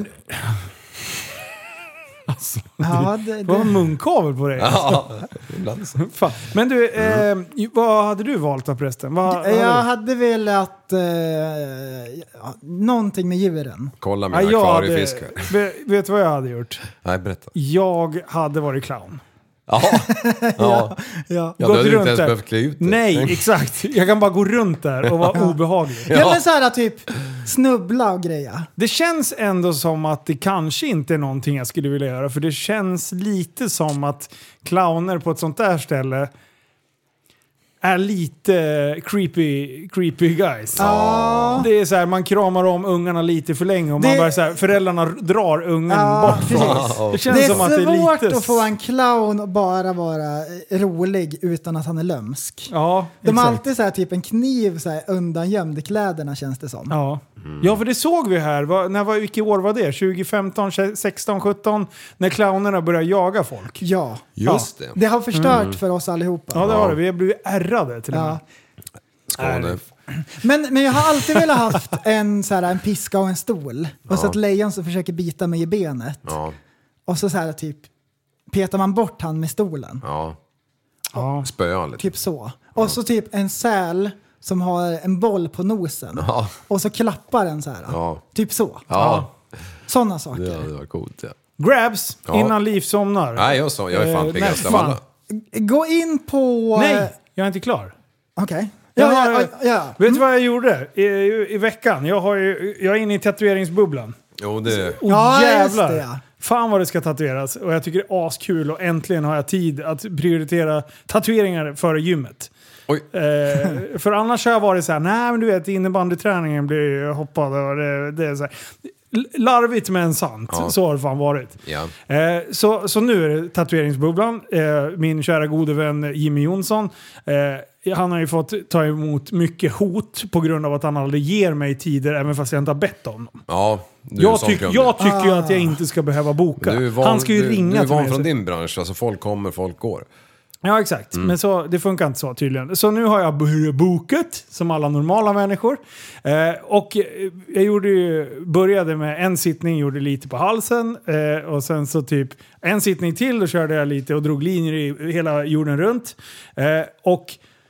alltså, Ja, det, det var en det, munkavel på dig. Ja, ibland så. Fan. Men du, eh, vad hade du valt då förresten? Vad, vad jag hade hade velat eh, ja, någonting med djuren. Kolla du? mina jag hade, akvariefiskar. vet, vet du vad jag hade gjort? Nej, berätta. Jag hade varit clown. Ja, ja. Ja. Ja, Gått du hade runt inte ens där. behövt klä ut dig. Nej, exakt. Jag kan bara gå runt där och vara obehaglig. Ja. men så här typ snubbla och greja. Det känns ändå som att det kanske inte är någonting jag skulle vilja göra. För det känns lite som att clowner på ett sånt där ställe är lite creepy, creepy guys. Ja. Det är så här, man kramar om ungarna lite för länge och man Det- bara så här, föräldrarna drar ungen Ja, bort från. precis. Det känns Det som att det är är svårt lite... att få en clown att bara vara eh, rolig utan att han är lömsk. Ja, De har exakt. alltid så här, typ en kniv så här, undangömd i kläderna känns det som. Ja. ja, för det såg vi här. Vad- när var, vilket år var det? tjugo femton, sexton, sjutton? När clownerna började jaga folk. Ja. Just det. Det har förstört för oss allihopa. Ja, det har det. Vi har blivit ärrade till och med. Ja. Skåne. Men, men jag har alltid velat haft en, så här, en piska och en stol. Och så ett lejon som försöker bita mig i benet. Ja, Och så, så här typ petar man bort han med stolen. ja. Ja. Spöa han lite. Typ så. Och så typ en säl som har en boll på nosen. Ja, Och så klappar den så här. ja. Typ så. Ja, Sådana saker. det hade varit coolt. Ja. Grabs, Ja. innan Liv somnar. Nej, jag sa, jag är fan Eh, piggast nej, av fan. alla. Gå in på... Nej, jag är inte klar. Okej. Jag Ja, har- ja, ja, ja. Vet du vad jag gjorde i, i, i veckan? Jag, har ju, jag är inne i tatueringsbubblan. Jo, det... Och Ja, just jävlar. det, ja. Fan vad det ska tatueras. Och jag tycker det är askul och äntligen har jag tid att prioritera tatueringar före gymmet. Oj. Eh, för annars har jag varit så här, nej men du vet innebandyträningen blir hoppad och det, det är så här. Larvigt men sant. Ja. Så har det fan varit. Ja. Eh, så, så nu är det tatueringsbubblan. Eh, min kära gode vän Jimmy Jonsson. Eh, han har ju fått ta emot mycket hot på grund av att han aldrig ger mig tider även fast jag inte har bett om dem. Ja, du är Jag, sån tyck, kund. jag tycker ju Ah. att jag inte ska behöva boka. Du är van, han ska ju du, ringa du är till van mig. från din bransch, alltså folk kommer, folk går. Ja, exakt. Men så, det funkar inte så tydligen. Så nu har jag börjat bokat, som alla normala människor. Eh, och eh, jag gjorde ju, började med en sittning, gjorde lite på halsen. Eh, och sen så typ en sittning till, då körde jag lite och drog linjer i hela jorden runt. Eh, och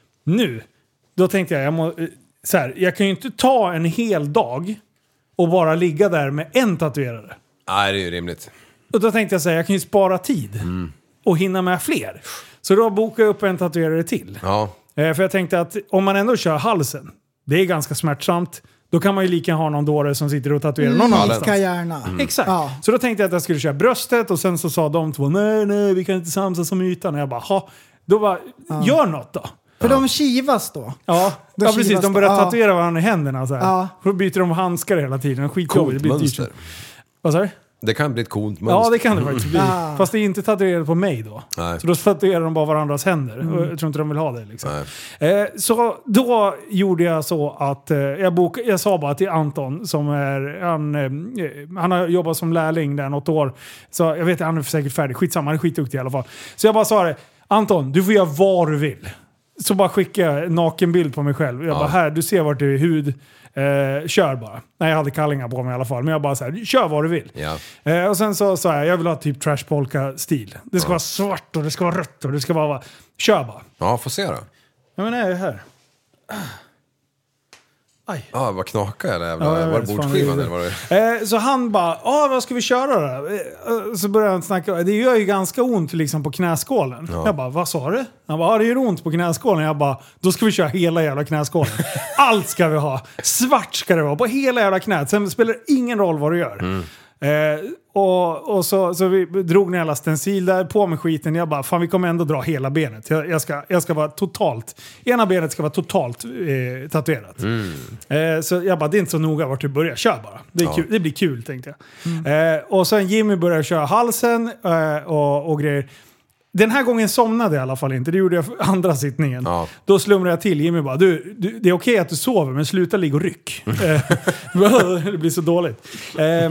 nu, då tänkte jag, jag, må, eh, så här, jag kan ju inte ta en hel dag och bara ligga där med en tatuerare. Nej, det är ju rimligt. Och då tänkte jag säga, jag kan ju spara tid och hinna med fler. Så då bokade jag upp en tatuerare till. Ja, Eh, för jag tänkte att om man ändå kör halsen, det är ganska smärtsamt, då kan man ju lika ha någon dåre som sitter och tatuerar någon Lika annanstans. gärna. Exakt. Ja. Så då tänkte jag att jag skulle köra bröstet och sen så sa de två, nej nej vi kan inte samsas om ytan. Och jag bara, ha. Då bara, gör något då. För de kivas då. Ja, Då ja precis. kivas De börjar det. tatuera varandra i händerna så här. Ja. Då byter de handskar hela tiden. Skitjobbigt. coolt Det blir dyrt. mönster. Vad sa du? Det kan bli ett coolt mönster. Ja, det kan det faktiskt bli. Ah. Fast det är inte tatuerat på mig då. Nej. Så då tatuerar de bara varandras händer. Mm. Och jag tror inte de vill ha det. Liksom. Eh, så då gjorde jag så att eh, jag, bok, jag sa bara till Anton som är... Han, eh, han har jobbat som lärling där något år. Så jag vet att han är säkert färdig. Skitsamma, han är skitduktig i alla fall. Så jag bara sa det. Anton, du får göra vad du vill. Så bara skicka en nakenbild på mig själv. Jag Ja. bara, här, du ser vart det är hud. Eh, kör bara. Nej, jag hade kallingar på mig i alla fall. Men jag bara så här, kör vad du vill. Ja. Eh, och sen så sa jag, jag vill ha typ trash polka-stil. Det ska vara svart och det ska vara rött och det ska vara... Kör bara. Ja, får se då. Ja, men jag är här. Aj. Ja, ah, vad knakar jag jävla... Ja, jag var vet, det fan, bordsskivan det eller är var det? Eh, så han bara, ja vad ska vi köra då? Eh, så började han snacka, det gör ju ganska ont liksom på knäskålen. Ja. Jag bara, vad sa du? Han bara, ja det gör ont på knäskålen. Jag bara, då ska vi köra hela jävla knäskålen. Allt ska vi ha. Svart ska det vara på hela jävla knät. Sen spelar det ingen roll vad du gör. Mm. Eh, och och så, så vi drog ner alla stencil där på med skiten. Jag bara, fan vi kommer ändå dra hela benet. Jag, jag, ska, jag ska vara totalt, ena benet ska vara totalt eh, tatuerat. Mm. Eh, så jag bara, det är inte så noga vart du börjar, kör bara. Det, är Ja. kul, det blir kul tänkte jag. Eh, och sen Jimmy började köra halsen eh, och, och grejer. Den här gången somnade jag i alla fall inte. Det gjorde jag för andra sittningen. Ja. Då slumrade jag till. Jimmy bara, du, du, det är okej att du sover men sluta ligga och ryck. Eh, det blir så dåligt. Eh,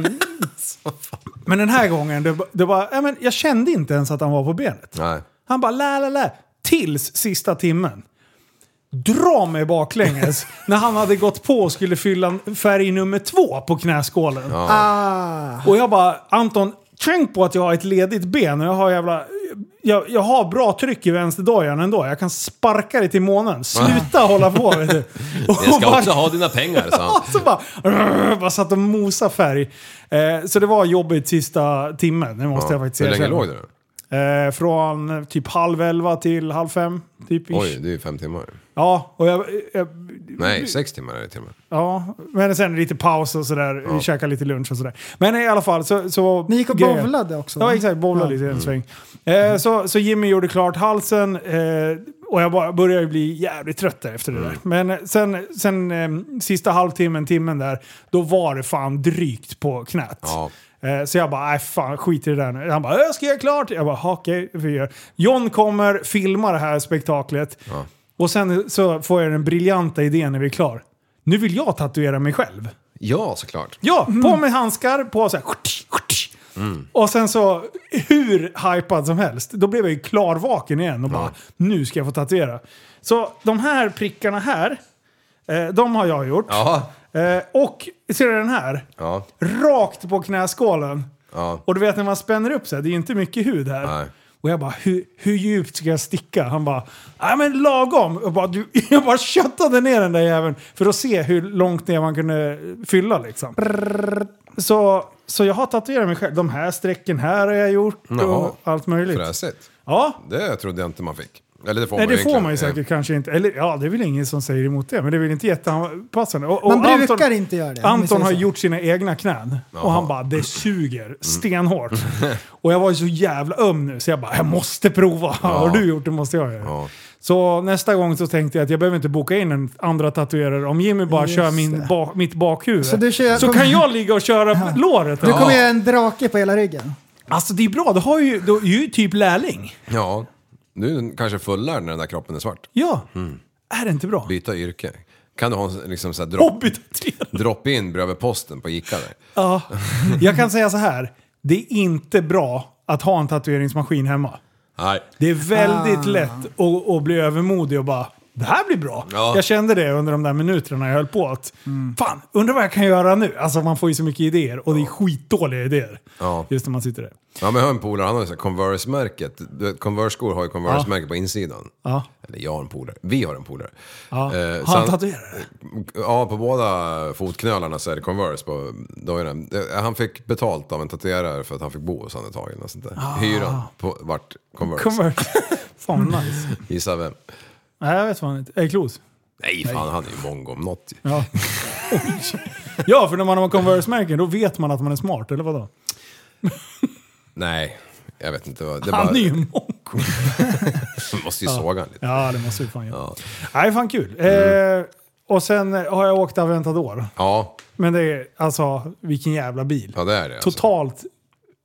men den här gången, det, det var, ja, men jag kände inte ens att han var på benet. Nej. Han bara, lä, lä, lä. Tills sista timmen. Dra mig baklänges när han hade gått på och skulle fylla färg nummer två på knäskålen. Ah. Och jag bara, Anton, tänk på att jag har ett ledigt ben och jag har jävla... Jag, jag har bra tryck i vänsterdojan ändå. Jag kan sparka dig till månen. Sluta hålla på. Vet du. Och Jag ska bara- också ha dina pengar, sa han. så bara, bara satt och mosa färg. Eh, så det var jobbigt sista timmen. Det måste jag faktiskt Hur länge erkänna. låg du då? Eh, från typ halv elva till halv fem. Typ ish. Oj, det är ju fem timmar. Ja, och jag, jag, Nej, sex timmar är det till och med. ja, men sen lite paus och sådär. Vi käkade lite lunch och sådär. Men i alla fall så... så Ni gick och grejer- bowlade också? Ja, exakt. Bowlade Ja. lite en sväng. Eh, så, så Jimmy gjorde klart halsen eh, och jag bara började bli jävligt trött där efter det där. Men sen, sen eh, sista halvtimmen, timmen där, då var det fan drygt på knät. Ja. Eh, så jag bara, nej fan, skit i det där nu. Han bara, jag ska göra klart. Jag bara, okej, vi gör. John kommer, filmar det här spektaklet. Ja. Och sen så får jag den briljanta idén när vi är klar. Nu vill jag tatuera mig själv. Ja, såklart. Ja, på med handskar, på så här. Och sen så, hur hypad som helst, då blev jag ju klarvaken igen och bara, nu ska jag få tatuera. Så de här prickarna här, eh, de har jag gjort. Ja. Eh, och ser du den här? Ja. Rakt på knäskålen. Ja. Och du vet när man spänner upp sig, det är inte mycket hud här. Nej. Och jag bara, hur, hur djupt ska jag sticka? Han bara, nej men lagom. Jag bara, du, jag bara köttade ner den där jäveln för att se hur långt ner man kunde fylla liksom. Så, så jag har tatuerat mig själv. De här strecken här har jag gjort Jaha. och allt möjligt. Fräsigt. Ja, Det trodde jag inte man fick. Eller det får nej, man det får egentligen. man ju säkert kanske inte. Eller ja, det är väl ingen som säger emot det. Men det är väl inte jättepassande. Och, och Man brukar Anton, inte göra det. om vi Anton säger har så. gjort sina egna knän. Och Jaha. han bara, det suger stenhårt. Och jag var ju så jävla öm nu. Så jag bara, jag måste prova. Har du gjort det måste jag göra. Ja. Så nästa gång så tänkte jag att jag behöver inte boka in en andra tatuerare. Om Jimmy bara Just kör min det. ba, mitt bakhuvud. Så du kör- så kan jag ligga och köra låret. Du kommer göra en drake på hela ryggen. Alltså det är bra. Du har ju, du är ju typ lärling. Ja. Du är kanske fullärd när den där kroppen är svart. Ja. Är det inte bra? Byta yrke. Kan du ha en liksom så här dropp, Hobbytatuerare. drop in bredvid posten på Ica där? Ja, jag kan säga så här. Det är inte bra att ha en tatueringsmaskin hemma. Nej. Det är väldigt Ah. lätt att, att bli övermodig och bara, det här blir bra. Ja. Jag kände det under de där minuterna jag höll på att, fan, undrar vad jag kan göra nu? Alltså man får ju så mycket idéer och det är skitdåliga idéer. Ja. Just när man sitter där. Ja, men jag har en polare, han har ju så här Converse-märket. Du vet, Converse-skor har ju Converse-märket på insidan. Ja. Eller jag har en polare. Vi har en polare. Ja. Eh, Har så han han- tatuerat det? Ja, på båda fotknölarna så är det Converse. På, då är det, eh, han fick betalt av en tatuerare för att han fick bo hos han ett tag. Och sånt där. Hyran på, vart Converse. Convert. Fan nice. Gissa vem? Nej, jag vet fan inte. Är det Klos? Nej, fan han är ju mongo om något. Ja. Oj. Ja, för när man har Converse-märken då vet man att man är smart, eller vadå? Nej, jag vet inte vad. Det Han bara, är ju mongo. man måste ju såga han lite. Ja, det måste vi fan göra. Ja. Nej, fan kul. Eh, och sen har jag åkt Aventador. Ja, Men det är, alltså, vilken jävla bil. ja, det är det. Alltså. Totalt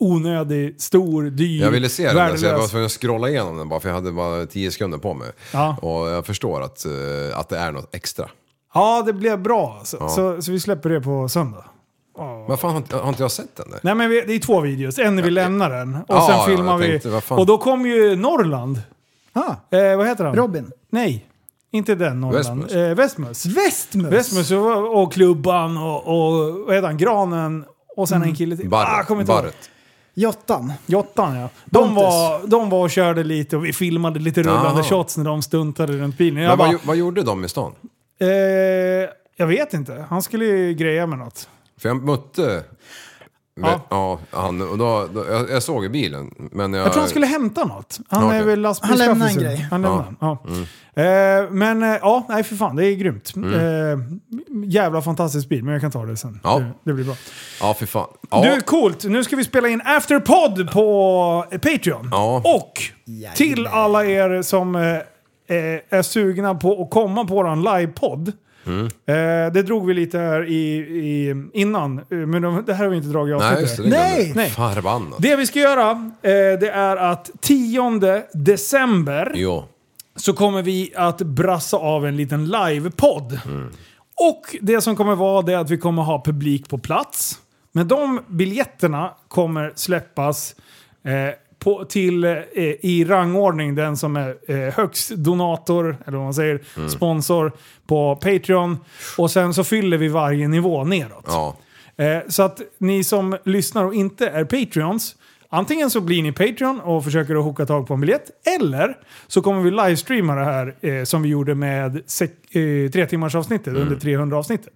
onödig, stor, dyr, Jag ville se den där, så jag var värdelös. tvungen att scrolla igenom den bara för jag hade bara tio sekunder på mig. Ja. Och jag förstår att, uh, att det är något extra. Ja, det blev bra. Så, Ja. så, så vi släpper det på söndag. Men fan, har inte, har inte jag sett den där? Nej, men vi, det är två videos. En när vi lämnar den och Ja, sen ja, filmar jag vi. tänkte, vad fan. Och då kom ju Norrland. Ah, Eh, vad heter han? Robin. Nej, inte den Norrland. Westmus. Eh, Westmus. Västmus. Westmus och, och Klubban och, och vad heter han? Granen. Och sen en kille till. Barret. kommer inte ihåg. Barret. Jottan. Jottan, ja. De Pontus. var, de var och körde lite och vi filmade lite rullande Jaha. shots när de stuntade runt bilen. Jag, Men bara, vad, vad gjorde de i stan? eh, jag vet inte. Han skulle ju greja med något. För jag mötte... Ja. Ja, han, och då, då, jag, jag såg i bilen, men jag... Jag tror han skulle hämta något. Han Okej. är väl lastbilschaufför. Han lämnar en så- grej. Han lämnar. Ja. Ja. Eh, men eh, ja, nej för fan, det är grymt. Eh, jävla fantastisk bil, men jag kan ta det sen. Ja. Det, det blir bra. Ja, för fan. Ja. Du, coolt. Nu ska vi spela in Afterpod på eh, Patreon. Ja. Och till alla er som eh, eh, är sugna på att komma på våran livepodd. Mm. Eh, det drog vi lite här i, i, innan, eh, men de, det här har vi inte dragit Nej, avsnitt just det. där. det Nej. glömde jag. Nej. Förbannat. Det vi ska göra, eh, det är att tionde december Jo. så kommer vi att brassa av en liten livepodd. Mm. Och det som kommer vara det är att vi kommer ha publik på plats. Men de biljetterna kommer släppas eh, på, till eh, i rangordning den som är eh, högst donator, eller vad man säger, Mm. sponsor på Patreon. Och sen så fyller vi varje nivå neråt. Ja. Eh, så att ni som lyssnar och inte är Patreons, antingen så blir ni Patreon och försöker att hooka tag på en biljett, eller så kommer vi livestreama det här eh, som vi gjorde med sek- eh, tre timmars avsnittet Mm. under trehundra avsnittet.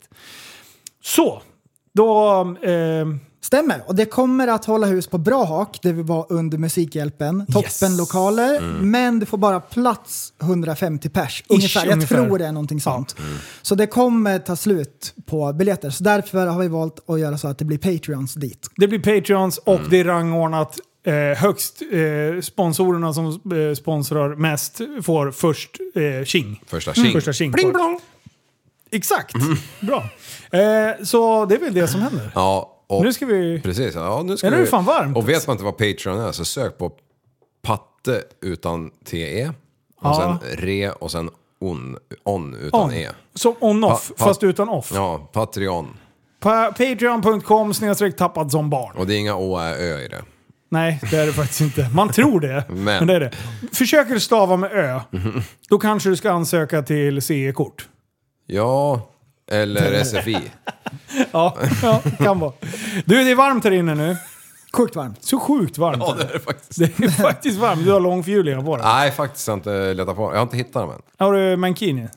Så, då... Eh, Stämmer. Och det kommer att hålla hus på Bra Hak, där vi var under Musikhjälpen. Toppenlokaler, men det får bara plats hundrafemtio pers. Ungefär. Jag ungefär. tror det är någonting sånt. Så det kommer ta slut på biljetter. Så därför har vi valt att göra så att det blir Patreons dit. det blir Patreons och det är rangordnat eh, högst. Eh, sponsorerna som eh, sponsrar mest får först eh, tjing. Första tjing. Första tjing. Bling blong! Exakt. Bra. Eh, så det är väl det som händer. Ja, och Nu ska vi... precis. Ja, nu ska Är det vi, fan varmt? Och vet man inte vad Patreon är så sök på patte utan te och Ja. sen re och sen on, on utan On. e. Som on-off, Pa- pa- fast utan off. Ja, Patreon. Pa- Patreon punkt com snedstreck tappad som barn. Och det är inga å, ä, ö i det. Nej, det är det faktiskt inte. Man tror det, men, Men. det är det. Försöker du stava med ö, då kanske du ska ansöka till C E-kort. Ja, eller S F I. Ja, ja, kan vara. Du, det är varmt här inne nu. Sjukt varmt. Så sjukt varmt. Ja, det är det faktiskt. Det är faktiskt varmt. Du har långfjulingar på dig. Nej, faktiskt har jag inte letat på. Jag har inte hittat dem än. Har du mankini?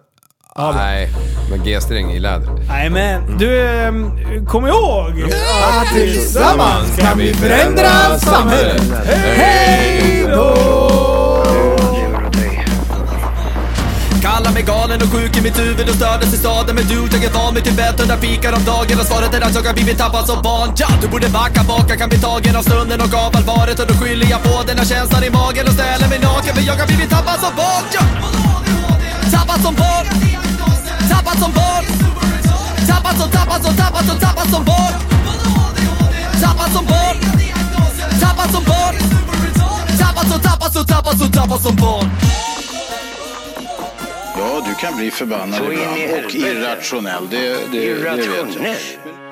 Nej, men G-sträng i läder. Nej, men du, ehm, kom ihåg att tillsammans kan vi förändra samhället. Hej då! lever åt dig. Kallar mig galen och sjuk i mitt huvud och stördes i staden. Men du, jag är van vid Tibet under fikar om dagen. Och svaret är att jag har blivit tappad som barn. Ja, du borde backa bak, jag kan bli tagen av stunden och av allvaret. Och då skyller jag på den här känslan i magen och ställer mig naken. För jag har blivit tappad som barn. Ja. Tappad som barn. Tappad som barn. Tappad som, tappad som, tappad som, tappad som barn. Tappad som barn. Tappad som barn. Tappad som, tappad som, tappad som, tappad som barn. Ja, du kan bli förbannad Så in i ibland och helvete. irrationell. Det, det, det vet jag. Irrationell.